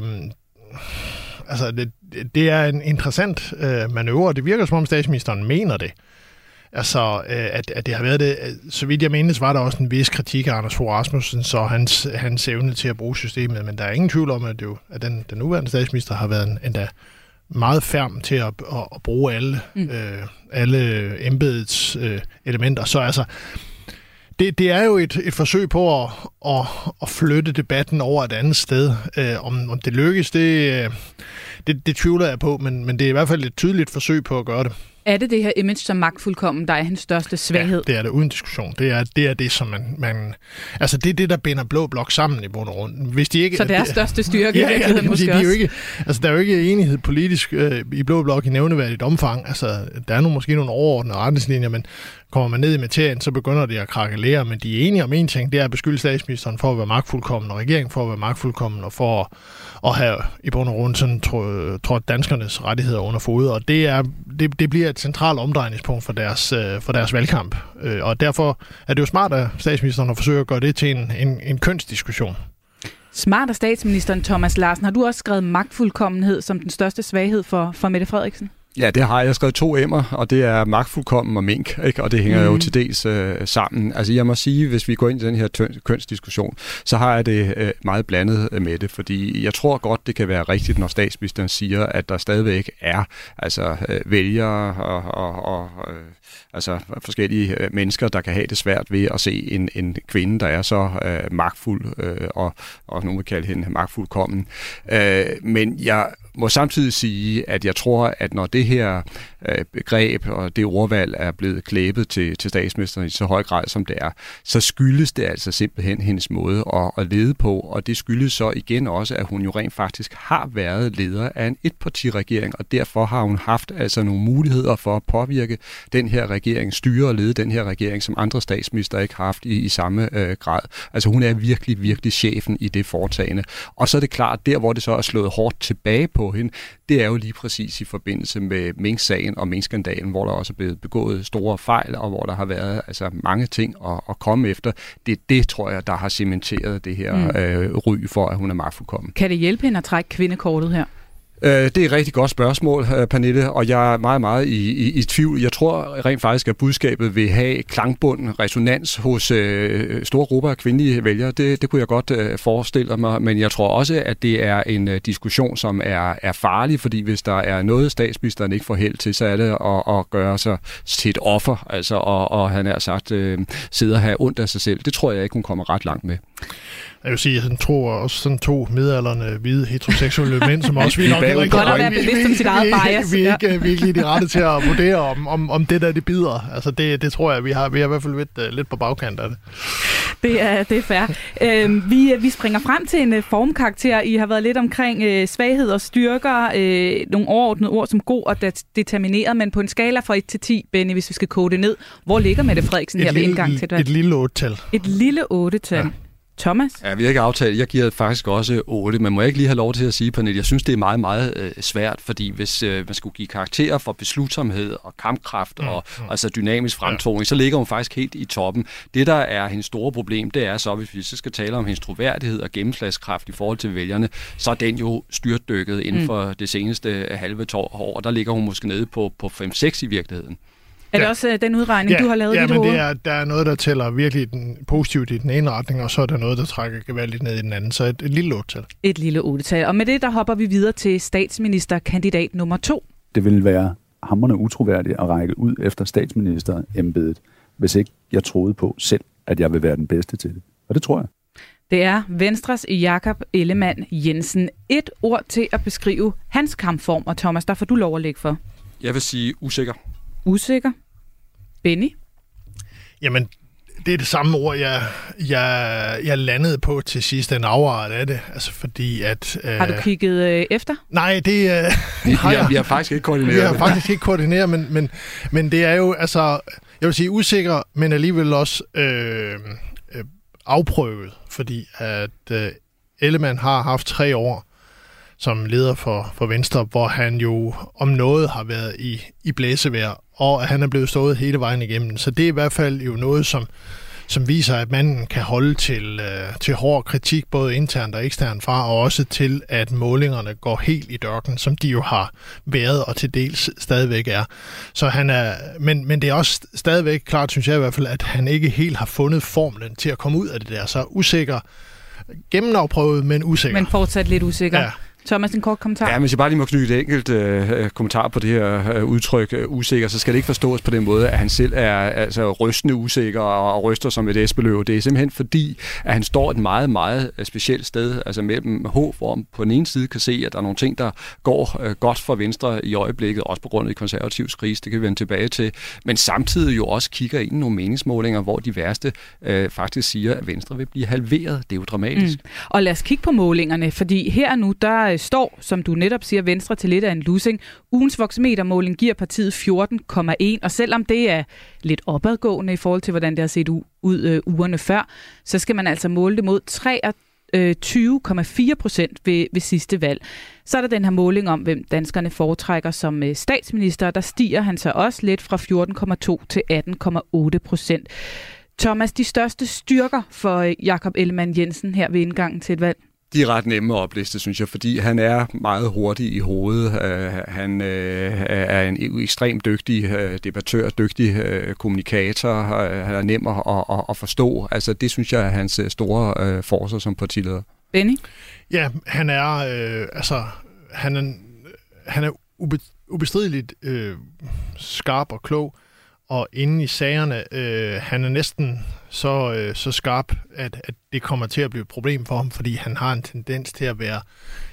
altså det, det er en interessant øh, manøvre. Det virker som om statsministeren mener det. Altså, at, at det har været det. Så vidt jeg menes, var der også en vis kritik af Anders Fogh Rasmussen, så hans, hans evne til at bruge systemet. Men der er ingen tvivl om, at, det jo, at den, den nuværende statsminister har været endda meget færm til at, at, at bruge alle, mm. øh, alle embedets øh, elementer. Så altså, det, det er jo et, et forsøg på at, at, at flytte debatten over et andet sted. Øh, om, om det lykkes, det, det, det tvivler jeg på, men, men det er i hvert fald et tydeligt forsøg på at gøre det. Er det det her image som magtfuldkommen, der er hans største svaghed? Ja, det er det uden diskussion. Det er det, er det som man, man... Altså, det er det, der binder blå blok sammen i bund og grund. Hvis de ikke, så deres det, største styrke ja, ja, måske de, de er jo ikke, altså, der er jo ikke enighed politisk øh, i blå blok i nævneværdigt omfang. Altså, der er nu måske nogle overordnede retningslinjer, men kommer man ned i materien, så begynder det at krakelere. Men de er enige om en ting, det er at beskylde statsministeren for at være magtfuldkommen, og regeringen for at være magtfuldkommen, og for at, at have i bund og grund sådan trådt danskernes rettigheder under fod. Og det, er, det, det bliver et centralt omdrejningspunkt for deres, for deres valgkamp. Og derfor er det jo smart, at statsministeren har forsøgt at gøre det til en, en, en kønsdiskussion. Smart af statsministeren, Thomas Larsen. Har du også skrevet magtfuldkommenhed som den største svaghed for, for Mette Frederiksen? Ja, det har jeg skrevet to emmer, og det er magtfuldkommen og mink, ikke? Og det hænger mm. jo til dels øh, sammen. Altså jeg må sige, hvis vi går ind i den her tø- kønsdiskussion, så har jeg det øh, meget blandet med det, fordi jeg tror godt, det kan være rigtigt, når statsministeren siger, at der stadigvæk er altså øh, vælgere og, og, og øh, altså forskellige øh, mennesker, der kan have det svært ved at se en, en kvinde, der er så øh, magtfuld, øh, og, og nogen vil kalde hende magtfuldkommen. Øh, men jeg må samtidig sige, at jeg tror, at når det her øh, begreb og det ordvalg er blevet klæbet til, til statsministeren i så høj grad, som det er, så skyldes det altså simpelthen hendes måde at, at lede på, og det skyldes så igen også, at hun jo rent faktisk har været leder af en etpartiregering, og derfor har hun haft altså nogle muligheder for at påvirke den her regering, styre og lede den her regering, som andre statsminister ikke har haft i, i samme øh, grad. Altså hun er virkelig, virkelig chefen i det foretagende. Og så er det klart, der hvor det så er slået hårdt tilbage på hende, det er jo lige præcis i forbindelse med Mink-sagen og Mink-skandalen, hvor der også er blevet begået store fejl, og hvor der har været altså mange ting at, at komme efter. Det er det, tror jeg, der har cementeret det her mm. øh, ry for, at hun er magtfuldkommen. Kan det hjælpe hende at trække kvindekortet her? Det er et rigtig godt spørgsmål, Pernille, og jeg er meget, meget i, i, i tvivl. Jeg tror rent faktisk, at budskabet vil have klangbund, resonans hos øh, store grupper af kvindelige vælgere. Det, det kunne jeg godt øh, forestille mig, men jeg tror også, at det er en øh, diskussion, som er, er farlig, fordi hvis der er noget, statsministeren ikke får held til, så er det at, at gøre sig til et offer, altså, og, og han er sagt øh, sidde og have ondt af sig selv. Det tror jeg ikke, hun kommer ret langt med. Jeg vil sige, at han tror også sådan to midaldrende, hvide, heteroseksuelle mænd, som også vi nok heller ikke godt at være bevidst om sit eget bias. Vi, vi, vi, vi, vi er ikke lige de rette til at vurdere, om, om, om det der, det bider. Altså det, det tror jeg, vi har, vi har i hvert fald lidt, uh, lidt på bagkant af det. Det er, det er fair. Øhm, vi, vi springer frem til en uh, formkarakter. I har været lidt omkring uh, svaghed og styrker, uh, nogle overordnede ord som god og det- determineret, men på en skala fra et til ti, Benny, hvis vi skal kode det ned, hvor ligger Mette Frederiksen her ved indgang til det? Et lille otte-tal. Et lille otte-tal. Ja. Thomas? Ja, vi har ikke aftalt. Jeg giver faktisk også otte, men må jeg ikke lige have lov til at sige, Pernille, jeg synes, det er meget, meget øh, svært, fordi hvis øh, man skulle give karakterer for beslutsomhed og kampkraft og mm, mm. altså dynamisk fremtoning, ja. så ligger hun faktisk helt i toppen. Det, der er hendes store problem, det er så, hvis vi så skal tale om hendes troværdighed og gennemslagskraft i forhold til vælgerne, så er den jo styrtdykket inden mm. for det seneste halve år, og der ligger hun måske nede på, på fem seks i virkeligheden. Er det ja. også den udregning, ja, du har lavet ja, i dit hoved? hoved? Ja, men der er noget, der tæller virkelig den, positivt i den ene retning, og så er der noget, der trækker gevaldigt ned i den anden. Så et, et lille otte-tal. Et lille otte-tal. Og med det, der hopper vi videre til statsministerkandidat nummer to. Det vil være hamrende utroværdigt at række ud efter statsministerembedet, hvis ikke jeg troede på selv, at jeg vil være den bedste til det. Og det tror jeg. Det er Venstres Jakob Ellemann-Jensen. Et ord til at beskrive hans kampform. Og Thomas, der får du lov at lægge for. Jeg vil sige usikker. Usikker. Benny? Jamen, det er det samme ord, jeg, jeg, jeg landede på til sidst, en afart af det. Altså fordi at... Øh... Har du kigget øh, efter? Nej, det øh, vi, har jeg. Vi har faktisk ikke koordineret. Vi har faktisk ikke koordineret, men, men, men det er jo, altså, jeg vil sige usikker, men alligevel også øh, øh, afprøvet, fordi at øh, Ellemann har haft tre år som leder for, for Venstre, hvor han jo om noget har været i, i blæsevejr, og at han er blevet stået hele vejen igennem. Så det er i hvert fald jo noget, som, som viser, at man kan holde til, øh, til hård kritik, både internt og eksternt fra, og også til, at målingerne går helt i dørken, som de jo har været og til dels stadigvæk er. Så han er, men, men det er også stadigvæk klart, synes jeg i hvert fald, at han ikke helt har fundet formlen til at komme ud af det der. Så usikker, gennemafprøvet, men usikker. Men fortsat lidt usikker. Ja. Thomas, en kort kommentar? Ja, hvis jeg bare lige må knytte et enkelt øh, kommentar på det her øh, udtryk øh, usikker, så skal det ikke forstås på den måde, at han selv er altså, rystende usikker og, og ryster som et æsbeløv. Det er simpelthen fordi, at han står et meget, meget specielt sted, altså mellem håb, hvor man på den ene side kan se, at der er nogle ting, der går øh, godt for Venstre i øjeblikket, også på grund af de konservative krise, det kan vi vende tilbage til, men samtidig jo også kigger ind i nogle meningsmålinger, hvor de værste øh, faktisk siger, at Venstre vil blive halveret. Det er jo dramatisk. Mm. Og lad os kigge på målingerne, fordi her nu, der står, som du netop siger, Venstre til lidt af en lussing. Ugens voxmetermåling giver partiet fjorten komma en, og selvom det er lidt opadgående i forhold til, hvordan det har set ud øh, ugerne før, så skal man altså måle det mod treogtyve komma fire procent ved, ved sidste valg. Så er der den her måling om, hvem danskerne foretrækker som øh, statsminister, der stiger han så også lidt fra fjorten komma to til atten komma otte procent. Thomas, de største styrker for øh, Jakob Ellemann-Jensen her ved indgangen til et valg? De er ret nemme at opliste, synes jeg, fordi han er meget hurtig i hovedet. Uh, han uh, er en ekstremt dygtig uh, debattør, dygtig uh, kommunikator. Uh, han er nem at, at, at forstå. Altså, det synes jeg er hans store uh, forser som partileder. Benny? Ja, han er, øh, altså, han er, han er ube, ubestrideligt øh, skarp og klog. Og inde i sagerne, øh, han er næsten så, øh, så skarp, at, at det kommer til at blive et problem for ham, fordi han har en tendens til at være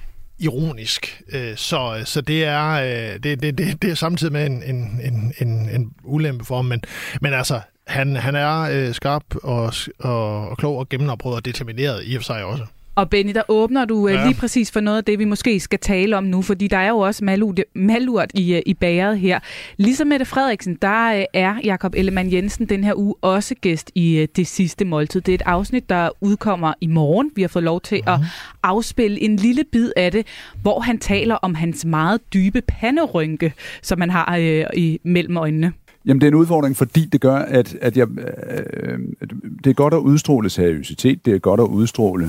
ironisk. Øh, så, så det er øh, det, det, det, det er samtidig med en, en, en, en, en ulempe for ham. Men, men altså, han, han er øh, skarp og, og, og klog og gennemafprøvet og determineret i og for sig også. Og Benny, der åbner du ja. lige præcis for noget af det, vi måske skal tale om nu, fordi der er jo også malurt i, i bæret her. Ligesom Mette Frederiksen, der er Jakob Ellemann-Jensen den her uge også gæst i Det Sidste Måltid. Det er et afsnit, der udkommer i morgen. Vi har fået lov til at afspille en lille bid af det, hvor han taler om hans meget dybe panderynke, som man har øh, i mellem øjnene. Jamen, det er en udfordring, fordi det gør, at, at jeg, øh, det er godt at udstråle seriøsitet, det er godt at udstråle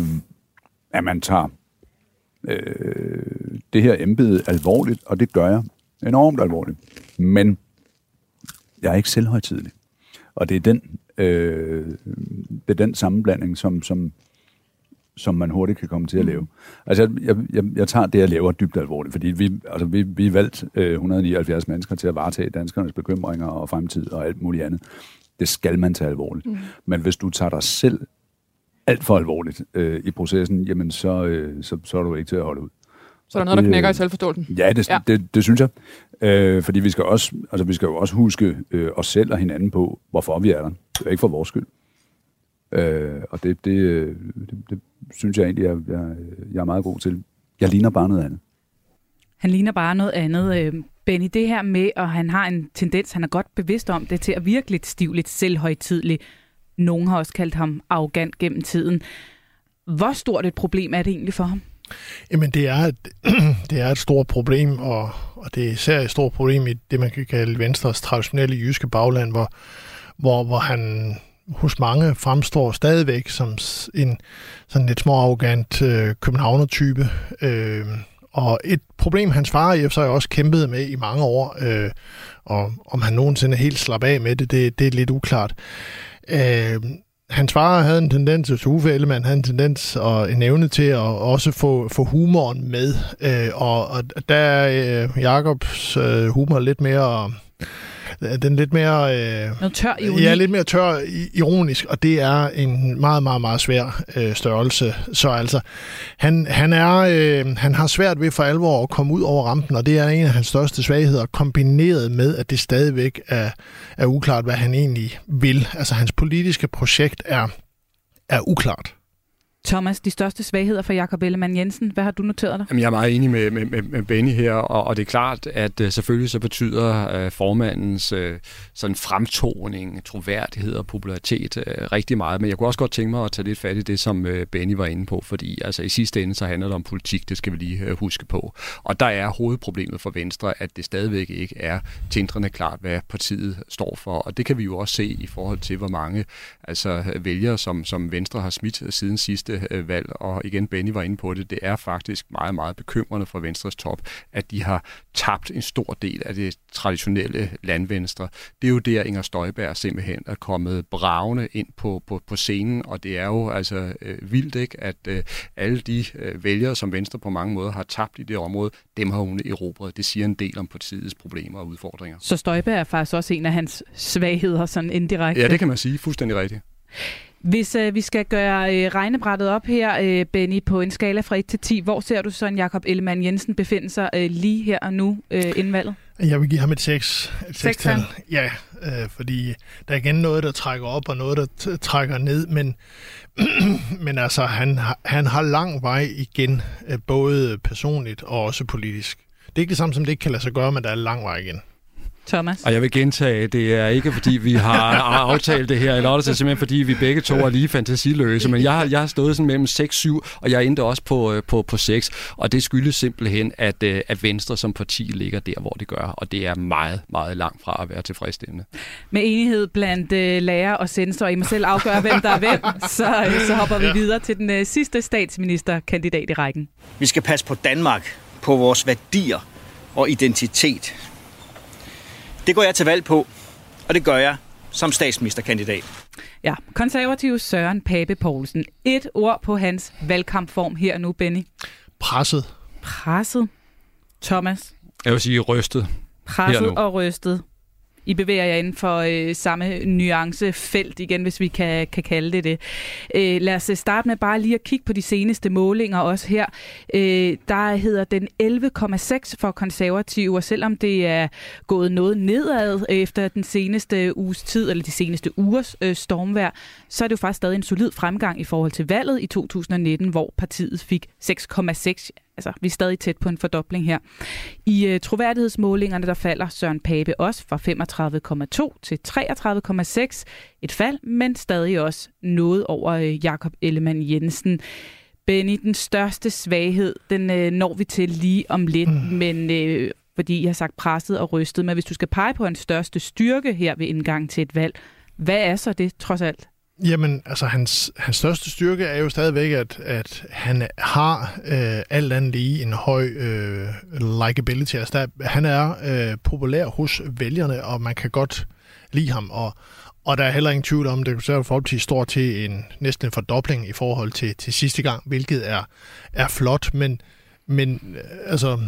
at man tager øh, det her embede alvorligt, og det gør jeg enormt alvorligt. Men jeg er ikke selvhøjtidelig. Og det er den, øh, det er den sammenblanding, som, som, som man hurtigt kan komme til at lave. Altså, jeg, jeg, jeg tager det, jeg laver dybt alvorligt, fordi vi, altså, vi, vi er valgt øh, et hundrede og nioghalvfjerds mennesker til at varetage danskernes bekymringer og fremtid og alt muligt andet. Det skal man tage alvorligt. Mm. Men hvis du tager dig selv alt for alvorligt øh, i processen, jamen så, øh, så, så er du ikke til at holde ud. Så er der noget, der knækker i selvforståelsen? Ja, det, ja. det, det synes jeg. Øh, fordi vi skal, også, altså, vi skal jo også huske øh, os selv og hinanden på, hvorfor vi er der. Det er ikke for vores skyld. Øh, og det, det, det, det synes jeg egentlig, jeg, jeg, jeg er meget god til. Jeg ligner bare noget andet. Han ligner bare noget andet. Benny, det her med, og han har en tendens, han er godt bevidst om det, til at virke lidt stiv, lidt selvhøjtidlig. Nogen har også kaldt ham arrogant gennem tiden. Hvor stort et problem er det egentlig for ham? Jamen, det er et, det er et stort problem, og, og det er især et stort problem i det, man kan kalde Venstres traditionelle jyske bagland, hvor, hvor, hvor han hos mange fremstår stadigvæk som en sådan lidt små arrogant øh, københavner-type. Øh, og et problem, hans far i og for sig også kæmpede med i mange år, øh, og om han nogensinde helt slap af med det, det, det er lidt uklart. Øh, hans far havde en tendens, til Uffe Ellemann havde en tendens og en evne til at også få, få humoren med, øh, og, og der er øh, Jakobs øh, humor lidt mere, den lidt mere, øh, tør ironi. Ja, lidt mere tør ironisk, og det er en meget, meget, meget svær øh, størrelse. Så altså, han, han, er, øh, han har svært ved for alvor at komme ud over rampen, og det er en af hans største svagheder, kombineret med, at det stadigvæk er, er uklart, hvad han egentlig vil. Altså, hans politiske projekt er, er uklart. Thomas, de største svagheder for Jakob Ellemann-Jensen, hvad har du noteret dig? Jamen, jeg er meget enig med, med, med Benny her, og, og det er klart, at uh, selvfølgelig så betyder uh, formandens uh, sådan fremtoning, troværdighed og popularitet uh, rigtig meget, men jeg kunne også godt tænke mig at tage lidt fat i det, som uh, Benny var inde på, fordi altså, i sidste ende så handler det om politik, det skal vi lige uh, huske på. Og der er hovedproblemet for Venstre, at det stadigvæk ikke er tindrende klart, hvad partiet står for, og det kan vi jo også se i forhold til, hvor mange altså, vælgere, som, som Venstre har smidt siden sidste valg, og igen, Benny var inde på det, det er faktisk meget, meget bekymrende for Venstres top, at de har tabt en stor del af det traditionelle landvenstre. Det er jo der, Inger Støjberg simpelthen er kommet bragende ind på, på, på scenen, og det er jo altså øh, vildt, ikke, at øh, alle de øh, vælgere, som Venstre på mange måder har tabt i det område, dem har hun erobret. Det siger en del om partiets problemer og udfordringer. Så Støjberg er faktisk også en af hans svagheder, sådan indirekte? Ja, det kan man sige. Fuldstændig rigtigt. Hvis øh, vi skal gøre øh, regnebrættet op her, øh, Benny, på en skala fra et til ti, hvor ser du så en Jakob Ellemann-Jensen befinde sig øh, lige her og nu øh, inden valget? Jeg vil give ham et seks. Et seks-tal? Ja, øh, fordi der er igen noget, der trækker op, og noget, der t- trækker ned, men, men altså, han, han har lang vej igen, øh, både personligt og også politisk. Det er ikke det samme, som det ikke kan lade sig gøre, men der er lang vej igen. Thomas? Og jeg vil gentage, det er ikke fordi, vi har aftalt det her, eller det er simpelthen fordi, vi begge to er lige fantasiløse, men jeg har, jeg har stået sådan mellem seks syv, og jeg endte også på, på, på seks, og det skyldes simpelthen, at, at Venstre som parti ligger der, hvor det gør, og det er meget, meget langt fra at være tilfredsstillende. Med enighed blandt uh, lærer og censor, I må selv afgøre, hvem der er hvem, så, så hopper vi videre til den uh, sidste statsministerkandidat i rækken. Vi skal passe på Danmark, på vores værdier og identitet. Det går jeg til valg på, og det gør jeg som statsministerkandidat. Ja, konservativ Søren Pape Poulsen. Et ord på hans valgkampform her nu, Benny. Presset. Presset. Thomas. Jeg vil sige rystet. Presset og rystet. I bevæger jer inden for øh, samme nuancefelt igen, hvis vi kan, kan kalde det det. Øh, lad os starte med bare lige at kigge på de seneste målinger også her. Øh, der hedder den elleve komma seks for konservative, og selvom det er gået noget nedad efter den seneste uges tid, eller de seneste ugers øh, stormvejr, så er det jo faktisk stadig en solid fremgang i forhold til valget i to tusind nitten, hvor partiet fik seks komma seks. Altså, vi er stadig tæt på en fordobling her. I uh, troværdighedsmålingerne, der falder Søren Pape også fra femogtredive komma to til treogtredive komma seks. Et fald, men stadig også noget over uh, Jakob Ellemann-Jensen. Benny, den største svaghed, den uh, når vi til lige om lidt, mm. men uh, fordi jeg har sagt presset og rystet. Men hvis du skal pege på en største styrke her ved indgang til et valg, hvad er så det trods alt? Jamen, altså hans, hans største styrke er jo stadigvæk, at, at han har øh, alt andet lige en høj øh, likability. Altså, der, han er øh, populær hos vælgerne, og man kan godt lide ham. Og, og der er heller ingen tvivl om, at Det Konservative Folkeparti står til en næsten en fordobling i forhold til, til sidste gang, hvilket er, er flot. Men, men altså,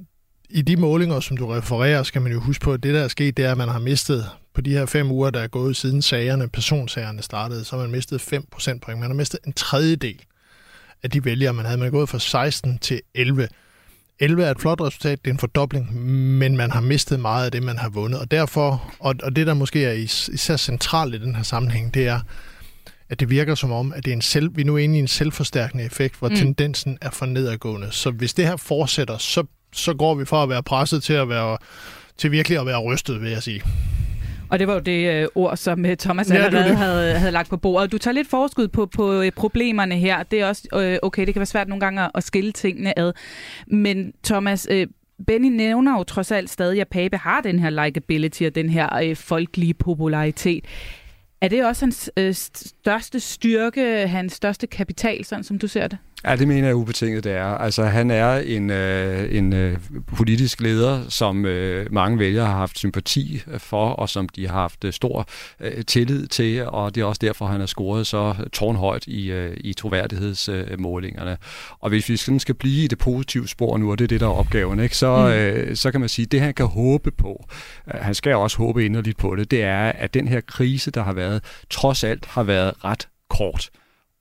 i de målinger, som du refererer, skal man jo huske på, at det, der er sket, det er, at man har mistet på de her fem uger, der er gået siden sagerne, personsagerne startede, så har man mistet fem procentpoint. Man har mistet en tredjedel af de vælgere, man havde. Man er gået fra seksten til elleve. elleve er et flot resultat, det er en fordobling, men man har mistet meget af det, man har vundet. Og derfor, og, og det der måske er især centralt i den her sammenhæng, det er, at det virker som om, at det er en selv, vi er nu inde i en selvforstærkende effekt, hvor mm. tendensen er for nedadgående. Så hvis det her fortsætter, så, så går vi fra at være presset til at være til virkelig at være rystet, vil jeg sige. Og det var jo det øh, ord, som øh, Thomas ja, allerede det. Havde, havde lagt på bordet. Du tager lidt forskud på, på øh, problemerne her. Det er også, øh, okay, det kan være svært nogle gange at, at skille tingene ad. Men Thomas, øh, Benny nævner jo trods alt stadig, at Pape har den her likability og den her øh, folkelige popularitet. Er det også hans øh, største styrke, hans største kapital, sådan som du ser det? Ja, det mener jeg ubetinget, det er. Altså, han er en, øh, en øh, politisk leder, som øh, mange vælgere har haft sympati for, og som de har haft øh, stor øh, tillid til, og det er også derfor, han har scoret så tårnhøjt i, øh, i troværdighedsmålingerne. Øh, og hvis vi sådan skal blive i det positive spor nu, og det er det, der er opgaven, ikke? Så, øh, så kan man sige, at det, han kan håbe på, øh, han skal også håbe inderligt på det, det er, at den her krise, der har været, trods alt har været ret kort.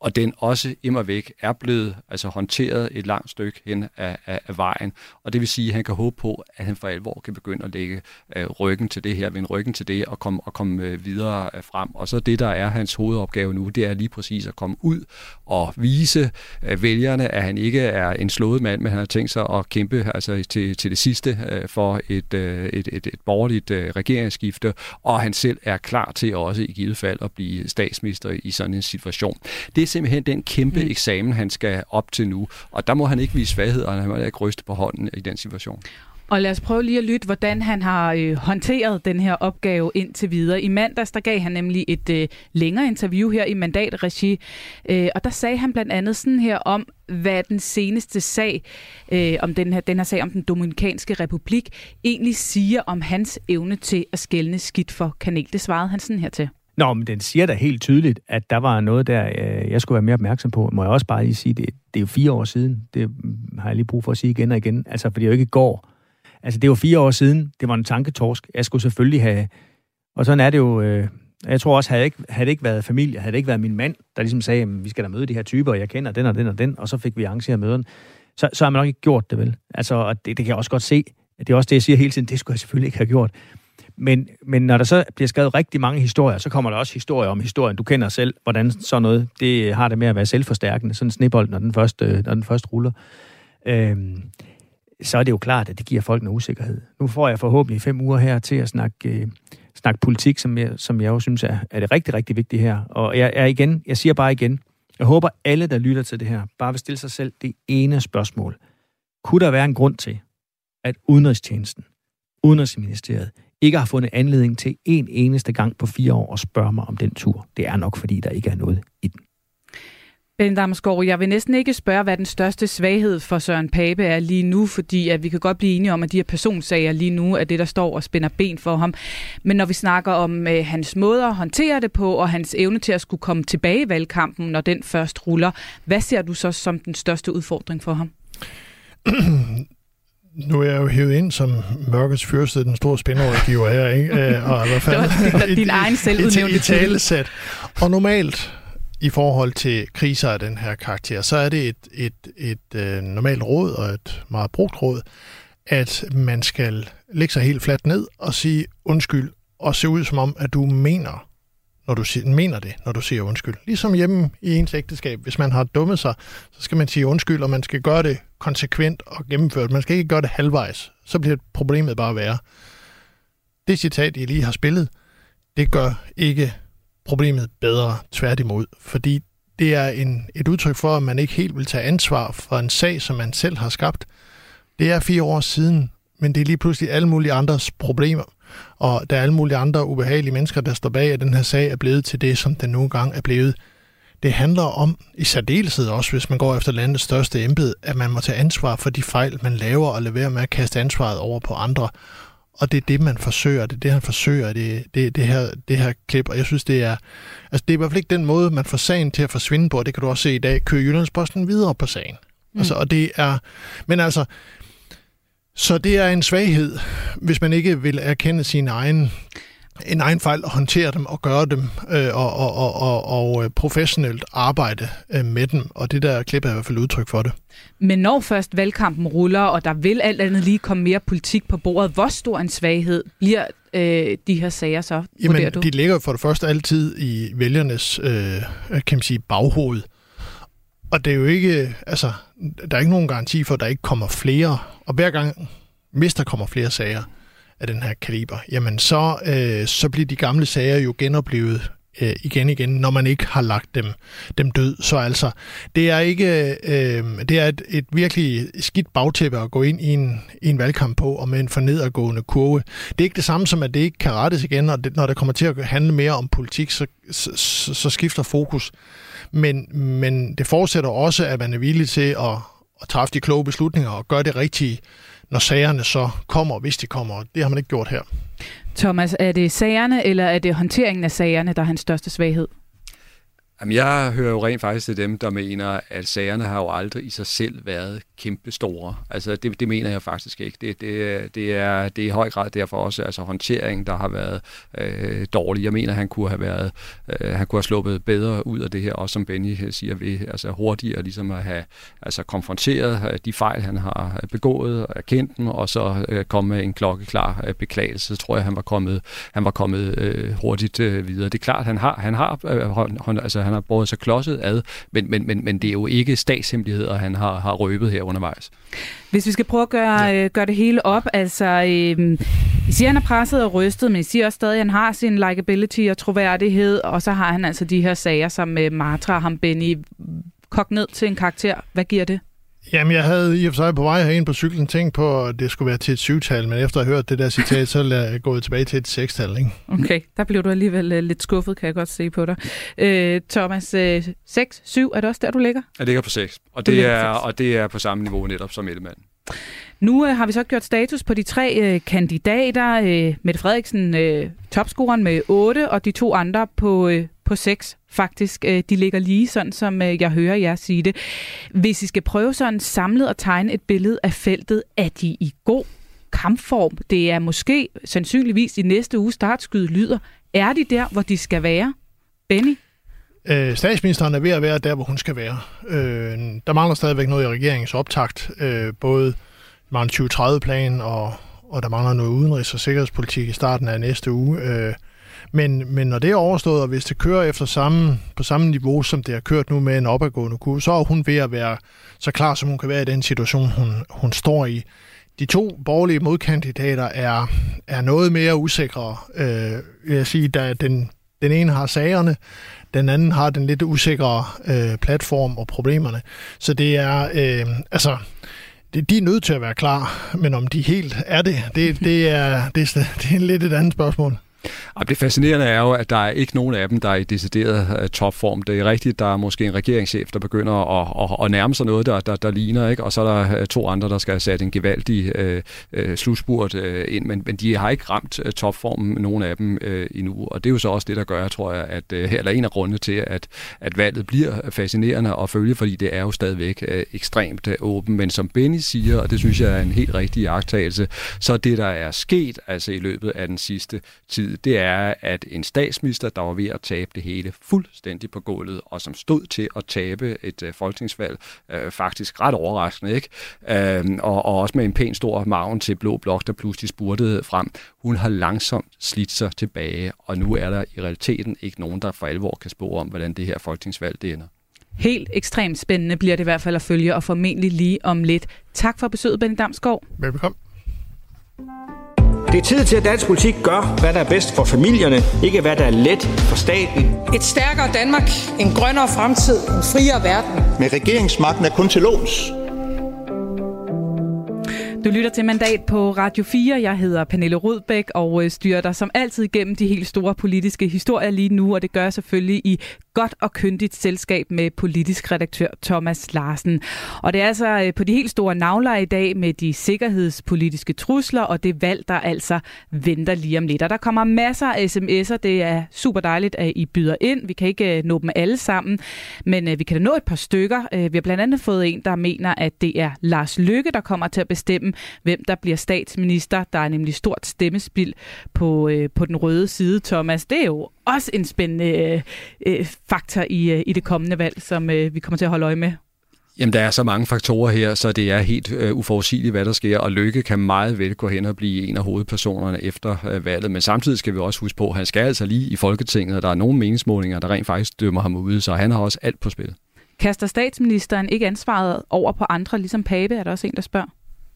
og den også immer væk er blevet altså håndteret et langt stykke hen af, af, af vejen. Og det vil sige, at han kan håbe på, at han for alvor kan begynde at lægge øh, ryggen til det her, vende ryggen til det og komme, og komme øh, videre øh, frem. Og så det, der er hans hovedopgave nu, det er lige præcis at komme ud og vise øh, vælgerne, at han ikke er en slået mand, men han har tænkt sig at kæmpe altså, til, til det sidste øh, for et, øh, et, et, et borgerligt øh, regeringsskifte, og han selv er klar til også i givet fald at blive statsminister i sådan en situation. Det er simpelthen den kæmpe mm. eksamen, han skal op til nu, og der må han ikke vise svaghed, og han må ikke ryste på hånden i den situation. Og lad os prøve lige at lytte, hvordan han har øh, håndteret den her opgave indtil videre. I mandags, der gav han nemlig et øh, længere interview her i Mandatregi, øh, og der sagde han blandt andet sådan her om, hvad den seneste sag, øh, om den her, den her sag om den Dominikanske Republik, egentlig siger om hans evne til at skelne skidt for kanel. Det svarede han sådan her til. Nå, men den siger da helt tydeligt, at der var noget der, øh, jeg skulle være mere opmærksom på. Må jeg også bare lige sige, det, det er jo fire år siden. Det har jeg lige brug for at sige igen og igen. Altså, for det er jo ikke i går. Altså, det var fire år siden. Det var en tanketorsk. Jeg skulle selvfølgelig have... Og sådan er det jo... Øh, jeg tror også, havde det ikke, havde det ikke været familie, havde det ikke været min mand, der ligesom sagde, vi skal da møde de her typer, og jeg kender den og den og den, og så fik vi arrangeret møden. Så, så har man nok ikke gjort det, vel? Altså, og det, det kan jeg også godt se. Det er også det, jeg siger hele tiden. Det skulle jeg selvfølgelig ikke have gjort. Men, men når der så bliver skrevet rigtig mange historier, så kommer der også historier om historien. Du kender selv, hvordan sådan noget, det har det med at være selvforstærkende. Sådan en snebold, når den først, når den først ruller. Øhm, så er det jo klart, at det giver folk noget usikkerhed. Nu får jeg forhåbentlig fem uger her til at snakke, øh, snakke politik, som jeg, som jeg jo synes er, er det rigtig, rigtig vigtigt her. Og jeg er igen, jeg siger bare igen, jeg håber alle, der lytter til det her, bare vil stille sig selv det ene spørgsmål. Kunne der være en grund til, at Udenrigstjenesten, Udenrigsministeriet, ikke har fundet anledning til en eneste gang på fire år at spørge mig om den tur? Det er nok, fordi der ikke er noget i den. Bent Damsgaard, jeg vil næsten ikke spørge, hvad den største svaghed for Søren Pape er lige nu, fordi at vi kan godt blive enige om, at de her personsager lige nu er det, der står og spænder ben for ham. Men når vi snakker om øh, hans måde at håndtere det på, og hans evne til at skulle komme tilbage i valgkampen, når den først ruller, hvad ser du så som den største udfordring for ham? Nu er jeg jo hævet ind som mørkets fyrste, den store spænderådgiver her, ikke? Og i hvert fald det var din egen selvudnævnte talesæt. Og normalt i forhold til kriser af den her karakter, så er det et, et, et, et normalt råd og et meget brugt råd, at man skal lægge sig helt fladt ned og sige undskyld, og se ud som om, at du mener, når du siger, mener det, når du siger undskyld. Ligesom hjemme i ens ægteskab. Hvis man har dummet sig, så skal man sige undskyld, og man skal gøre det konsekvent og gennemført. Man skal ikke gøre det halvvejs. Så bliver problemet bare værre. Det citat, I lige har spillet, det gør ikke problemet bedre, tværtimod. Fordi det er en, et udtryk for, at man ikke helt vil tage ansvar for en sag, som man selv har skabt. Det er fire år siden, men det er lige pludselig alle mulige andres problemer. Og der er alle mulige andre ubehagelige mennesker, der står bag, at den her sag er blevet til det, som den nogle gange er blevet. Det handler om, i særdeleshed også, hvis man går efter landets største embede, at man må tage ansvar for de fejl, man laver, og lade være med at kaste ansvaret over på andre. Og det er det, man forsøger. Det er det, han forsøger, det, det, det, her, det her klip. Og jeg synes, det er, altså, det er i hvert fald ikke den måde, man får sagen til at forsvinde på. Det kan du også se i dag. Kører Jyllandsposten videre på sagen. Mm. Altså, og det er, men altså, så det er en svaghed, hvis man ikke vil erkende sin egen, en egen fejl og håndtere dem og gøre dem øh, og, og, og, og, og professionelt arbejde øh, med dem. Og det der klip er i hvert fald udtryk for det. Men når først valgkampen ruller, og der vil alt andet lige komme mere politik på bordet, hvor stor en svaghed bliver øh, de her sager så? Jamen, de ligger for det første altid i vælgernes øh, kan man sige, baghoved. Og det er jo ikke, altså, der er ikke nogen garanti for, at der ikke kommer flere. Og hver gang, hvis der kommer flere sager af den her kaliber, jamen så, øh, så bliver de gamle sager jo genoplevet øh, igen igen, når man ikke har lagt dem, dem død. Så altså, det er ikke, øh, det er et, et virkelig skidt bagtæppe at gå ind i en, i en valgkamp på, og med en fornedadgående kurve. Det er ikke det samme som, at det ikke kan rettes igen, og det, når det kommer til at handle mere om politik, så, så, så skifter fokus. Men, men det forudsætter også, at man er villig til at, at træffe de kloge beslutninger og gøre det rigtige, når sagerne så kommer, hvis de kommer. Det har man ikke gjort her. Thomas, er det sagerne, eller er det håndteringen af sagerne, der er hans største svaghed? Jamen, jeg hører jo rent faktisk til dem, der mener, at sagerne har jo aldrig i sig selv været kæmpe store. Altså, det, det mener jeg faktisk ikke. Det, det, det, er, det er i høj grad derfor også altså, håndteringen, der har været øh, dårlig. Jeg mener, han kunne have været, øh, han kunne have sluppet bedre ud af det her, også som Benny siger, ved altså, hurtigere ligesom at have altså, konfronteret de fejl, han har begået, og erkendt dem, og så øh, komme med en klokkeklar øh, beklagelse. Så tror jeg, han var kommet, han var kommet øh, hurtigt øh, videre. Det er klart, han har, han har, øh, hånd, altså, han har båret sig klodset ad, men, men, men, men det er jo ikke statshemmeligheder, han har, har røbet her undervejs. Hvis vi skal prøve at gøre, ja. øh, gøre det hele op, altså, øh, I siger, han er presset og rystet, men I siger også stadig, at han har sin likability og troværdighed, og så har han altså de her sager, som øh, martrer ham, Benny, kogt ned til en karakter. Hvad giver det? Jamen, jeg havde i og for sig på vej herind på cyklen tænkt på, at det skulle være til et syvtal, men efter at have hørt det der citat, så er jeg gået tilbage til et sekstal, ikke? Okay, der blev du alligevel uh, lidt skuffet, kan jeg godt se på dig. Uh, Thomas, uh, seks, syv, er det også der, du ligger? Jeg ligger på seks, og det, er, og det er på samme niveau netop som Ellemann. Nu øh, har vi så gjort status på de tre øh, kandidater. Øh, Mette Frederiksen, øh, topscoreren med otte, og de to andre på, øh, på seks faktisk. Øh, de ligger lige, sådan som øh, jeg hører jer sige det. Hvis I skal prøve sådan samlet at tegne et billede af feltet, er de i god kampform? Det er måske sandsynligvis i næste uge startskyde lyder. Er de der, hvor de skal være? Benny? Øh, statsministeren er ved at være der, hvor hun skal være. Øh, der mangler stadigvæk noget i regeringens optakt. Øh, både mangler en tyve tredive-plan, og, og der mangler noget udenrigs- og sikkerhedspolitik i starten af næste uge. Øh, men, men når det er overstået, og hvis det kører efter samme, på samme niveau, som det har kørt nu med en opadgående kurve, så er hun ved at være så klar, som hun kan være i den situation, hun, hun står i. De to borgerlige modkandidater er, er noget mere usikre. Øh, vil jeg sige, da den, den ene har sagerne, den anden har den lidt usikre øh, platform og problemerne. Så det er, øh, altså, det, de er nødt til at være klar, men om de helt er det, det, det, er, det, er, det er lidt et andet spørgsmål. Det fascinerende er jo, at der er ikke nogen af dem, der er i decideret uh, topform. Det er rigtigt, der er måske en regeringschef, der begynder at, at, at nærme sig noget, der, der, der ligner, ikke? Og så er der to andre, der skal have sat en gevaldig uh, uh, slutspurt uh, ind, men, men de har ikke ramt uh, topformen, nogen af dem, uh, endnu. Og det er jo så også det, der gør, tror jeg, at uh, eller en af grundene til, at, at valget bliver fascinerende at følge, fordi det er jo stadigvæk uh, ekstremt uh, åben. Men som Benny siger, og det synes jeg er en helt rigtig iagttagelse, så det, der er sket altså i løbet af den sidste tid, det er, at en statsminister, der var ved at tabe det hele fuldstændig på gulvet, og som stod til at tabe et øh, folketingsvalg, øh, faktisk ret overraskende, ikke? Øh, og, og også med en pæn stor margen til Blå Blok, der pludselig spurtede frem. Hun har langsomt slidt sig tilbage, og nu er der i realiteten ikke nogen, der for alvor kan spå om, hvordan det her folketingsvalg det ender. Helt ekstremt spændende bliver det i hvert fald at følge, og formentlig lige om lidt. Tak for besøget, Benny Damsgaard. Velbekomme. Det er tid til, at dansk politik gør, hvad der er bedst for familierne, ikke hvad der er let for staten. Et stærkere Danmark, en grønnere fremtid, en friere verden. Med regeringsmagten er kun til låns. Du lytter til Mandat på Radio fire. Jeg hedder Pernille Rudbæk og styrer dig som altid igennem de helt store politiske historier lige nu, og det gør jeg selvfølgelig i godt og kyndigt selskab med politisk redaktør Thomas Larsen. Og det er altså på de helt store navler i dag med de sikkerhedspolitiske trusler og det valg, der altså venter lige om lidt. Og der kommer masser af sms'er. Det er super dejligt, at I byder ind. Vi kan ikke nå dem alle sammen, men vi kan da nå et par stykker. Vi har blandt andet fået en, der mener, at det er Lars Løkke, der kommer til at bestemme, hvem der bliver statsminister. Der er nemlig stort stemmespild på, øh, på den røde side, Thomas. Det er jo også en spændende øh, faktor i, øh, i det kommende valg, som øh, vi kommer til at holde øje med. Jamen, der er så mange faktorer her, så det er helt øh, uforudsigeligt, hvad der sker, og Løkke kan meget vel gå hen og blive en af hovedpersonerne efter øh, valget, men samtidig skal vi også huske på, at han skal altså lige i Folketinget, og der er nogle meningsmålinger, der rent faktisk dømmer ham ude, så han har også alt på spil. Kaster statsministeren ikke ansvaret over på andre, ligesom Pape, er der også en, der spørger?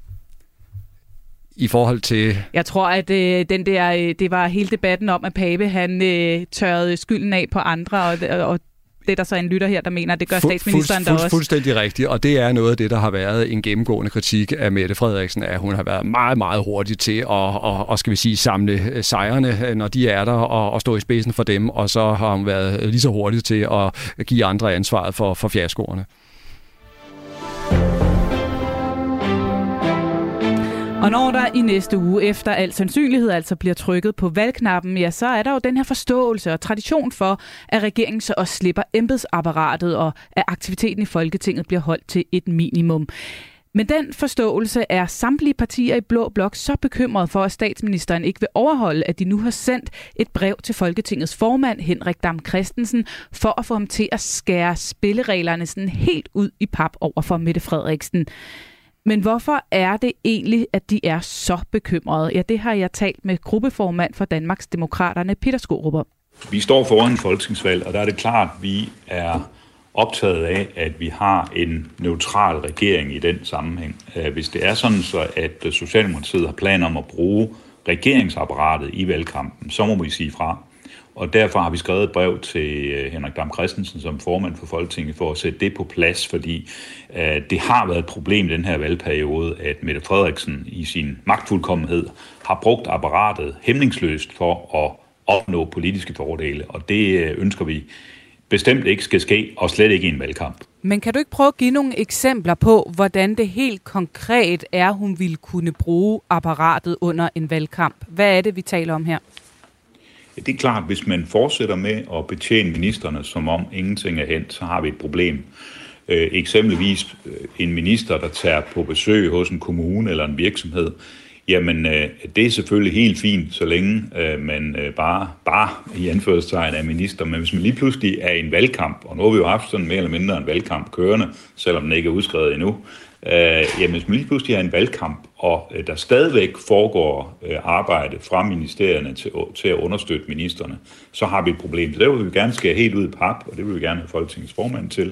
I forhold til... Jeg tror, at øh, den der, øh, det var hele debatten om, at Pape han øh, tørrede skylden af på andre, og, og det er der så en lytter her, der mener, at det gør statsministeren fuld, fuld, der også. Fuldstændig rigtigt, og det er noget af det, der har været en gennemgående kritik af Mette Frederiksen, at hun har været meget, meget hurtig til at og, og, skal vi sige, samle sejrene, når de er der, og, og stå i spidsen for dem, og så har hun været lige så hurtig til at give andre ansvaret for, for fiaskoerne. Og når der i næste uge efter al sandsynlighed altså bliver trykket på valgknappen, ja, så er der jo den her forståelse og tradition for, at regeringen så også slipper embedsapparatet, og at aktiviteten i Folketinget bliver holdt til et minimum. Men den forståelse er samtlige partier i Blå Blok så bekymret for, at statsministeren ikke vil overholde, at de nu har sendt et brev til Folketingets formand, Henrik Dam Kristensen, for at få ham til at skære spillereglerne sådan helt ud i pap over for Mette Frederiksen. Men hvorfor er det egentlig, at de er så bekymrede? Ja, det har jeg talt med gruppeformand for Danmarks Demokraterne, Peter Skaarup. Vi står foran en folketingsvalg, og der er det klart, at vi er optaget af, at vi har en neutral regering i den sammenhæng. Hvis det er sådan, så at Socialdemokratiet har planer om at bruge regeringsapparatet i valgkampen, så må vi sige fra. Og derfor har vi skrevet et brev til Henrik Dam Kristensen som formand for Folketinget for at sætte det på plads, fordi øh, det har været et problem i den her valgperiode, at Mette Frederiksen i sin magtfuldkommenhed har brugt apparatet hæmningsløst for at opnå politiske fordele, og det øh, ønsker vi bestemt ikke skal ske, og slet ikke i en valgkamp. Men kan du ikke prøve at give nogle eksempler på, hvordan det helt konkret er, hun ville kunne bruge apparatet under en valgkamp? Hvad er det, vi taler om her? Ja, det er klart, hvis man fortsætter med at betjene ministerne, som om ingenting er hent, så har vi et problem. Øh, eksempelvis en minister, der tager på besøg hos en kommune eller en virksomhed, jamen øh, det er selvfølgelig helt fint, så længe øh, man øh, bare, bare i anførselstegn er minister. Men hvis man lige pludselig er i en valgkamp, og nu har vi jo haft sådan mere eller mindre en valgkamp kørende, selvom den ikke er udskrevet endnu, øh, jamen hvis man lige pludselig er i en valgkamp, og øh, der stadigvæk foregår øh, arbejde fra ministerierne til, til at understøtte ministerne, så har vi et problem. Så der vil vi gerne skære helt ud i pap, og det vil vi gerne have Folketingets formand til,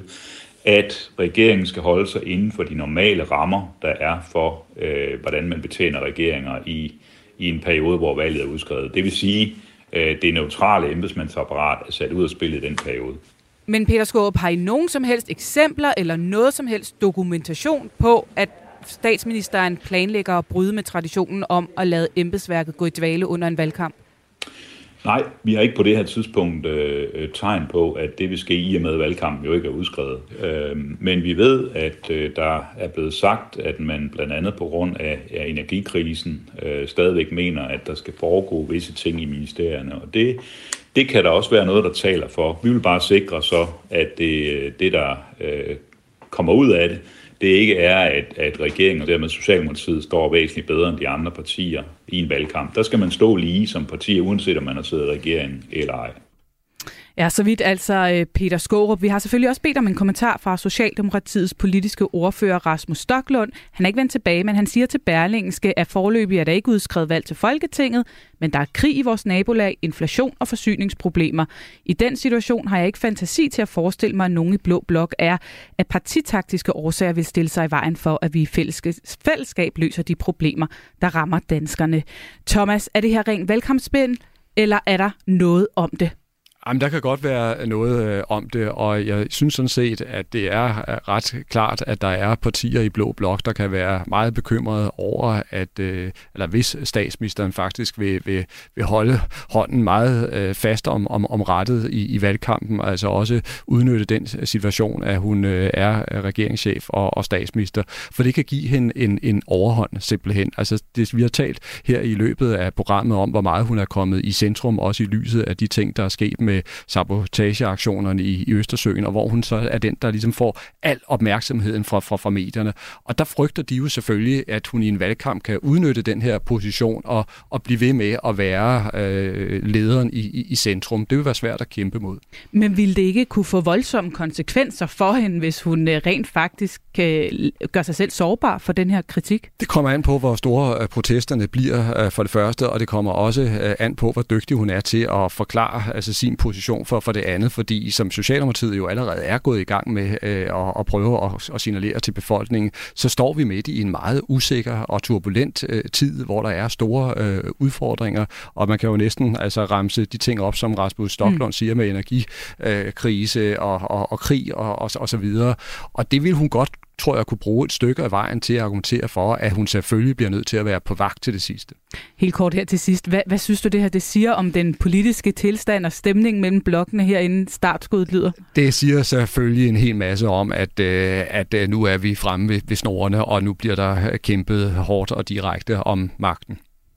at regeringen skal holde sig inden for de normale rammer, der er for, øh, hvordan man betjener regeringer i, i en periode, hvor valget er udskrevet. Det vil sige, at øh, det neutrale embedsmandsapparat er sat ud af spillet i den periode. Men Peter Skaarup, har I nogen som helst eksempler eller noget som helst dokumentation på, at statsministeren planlægger at bryde med traditionen om at lade embedsværket gå i dvale under en valgkamp? Nej, vi har ikke på det her tidspunkt øh, tegn på, at det vil ske i og med, at valgkampen jo ikke er udskrevet. Øh, men vi ved, at øh, der er blevet sagt, at man blandt andet på grund af, af energikrisen øh, stadigvæk mener, at der skal foregå visse ting i ministerierne. Og det, det kan der også være noget, der taler for. Vi vil bare sikre så, at det, det der øh, kommer ud af det, det ikke er, at, at regeringen og dermed Socialdemokratiet står væsentligt bedre end de andre partier i en valgkamp. Der skal man stå lige som partier, uanset om man har siddet i regeringen eller ej. Ja, så vidt altså Peter Skaarup. Vi har selvfølgelig også bedt om en kommentar fra Socialdemokratiets politiske ordfører Rasmus Stoklund. Han er ikke vendt tilbage, men han siger til Berlingske, at foreløbig er der ikke udskrevet valg til Folketinget, men der er krig i vores nabolag, inflation og forsyningsproblemer. I den situation har jeg ikke fantasi til at forestille mig, at nogen i Blå Blok er, at partitaktiske årsager vil stille sig i vejen for, at vi i fællesskab løser de problemer, der rammer danskerne. Thomas, er det her rent valgkampsspil, eller er der noget om det? Jamen, der kan godt være noget øh, om det, og jeg synes sådan set, at det er ret klart, at der er partier i Blå Blok, der kan være meget bekymrede over, at øh, eller hvis statsministeren faktisk vil, vil, vil holde hånden meget øh, fast om, om, om rettet i, i valgkampen, altså også udnytte den situation, at hun øh, er regeringschef og, og statsminister, for det kan give hende en, en overhånd simpelthen. Altså, det, vi har talt her i løbet af programmet om, hvor meget hun er kommet i centrum, også i lyset af de ting, der er sket med sabotageaktionerne i, i Østersøen, og hvor hun så er den, der ligesom får al opmærksomheden fra, fra, fra medierne. Og der frygter de jo selvfølgelig, at hun i en valgkamp kan udnytte den her position og, og blive ved med at være øh, lederen i, i, i centrum. Det vil være svært at kæmpe mod. Men ville det ikke kunne få voldsomme konsekvenser for hende, hvis hun rent faktisk kan gøre sig selv sårbar for den her kritik? Det kommer an på, hvor store protesterne bliver for det første, og det kommer også an på, hvor dygtig hun er til at forklare altså sin position for, for det andet, fordi som Socialdemokratiet jo allerede er gået i gang med øh, at, at prøve at, at signalere til befolkningen, så står vi midt i en meget usikker og turbulent øh, tid, hvor der er store øh, udfordringer, og man kan jo næsten altså ramse de ting op, som Rasmus Stoklund mm. siger med energikrise øh, og, og, og krig og, og, og så videre. Og det vil hun godt tror jeg kunne bruge et stykke af vejen til at argumentere for, at hun selvfølgelig bliver nødt til at være på vagt til det sidste. Helt kort her til sidst. Hvad, hvad synes du, det her det siger om den politiske tilstand og stemning mellem blokkene herinde startskuddet lyder? Det siger selvfølgelig en hel masse om, at, at nu er vi fremme ved, ved snorene, og nu bliver der kæmpet hårdt og direkte om magten.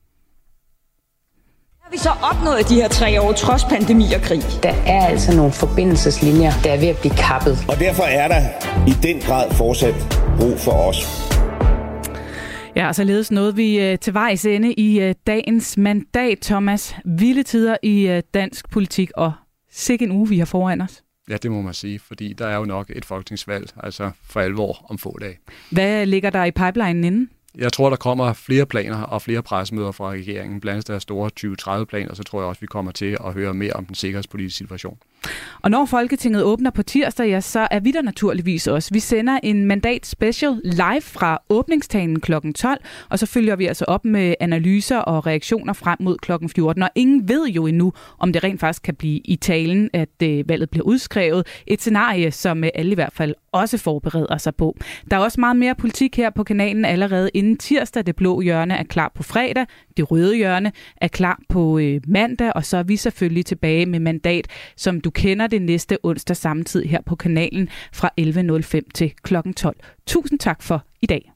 Har vi så opnået de her tre år trods pandemi og krig? Der er altså nogle forbindelseslinjer, der er ved at blive kappet. Og derfor er der i den grad fortsat brug for os. Ja, og således nåede vi til vejs ende i dagens mandat, Thomas. Vilde tider i dansk politik, og sikke en uge, vi har foran os. Ja, det må man sige, fordi der er jo nok et folketingsvalg, altså for alvor om få dage. Hvad ligger der i pipelinen inden? Jeg tror, der kommer flere planer og flere pressemøder fra regeringen, blandt andet der store tyve tredive planer, så tror jeg også, vi kommer til at høre mere om den sikkerhedspolitiske situation. Og når Folketinget åbner på tirsdag, ja, så er vi der naturligvis også. Vi sender en mandat special live fra åbningstalen klokken tolv, og så følger vi altså op med analyser og reaktioner frem mod klokken fjorten. Og ingen ved jo endnu, om det rent faktisk kan blive i talen, at øh, valget bliver udskrevet. Et scenarie, som øh, alle i hvert fald også forbereder sig på. Der er også meget mere politik her på kanalen allerede inden tirsdag. Det blå hjørne er klar på fredag. Det røde hjørne er klar på øh, mandag, og så er vi selvfølgelig tilbage med mandat, som du kender det næste onsdag samtidig her på kanalen fra elleve nul fem til klokken tolv. Tusind tak for i dag.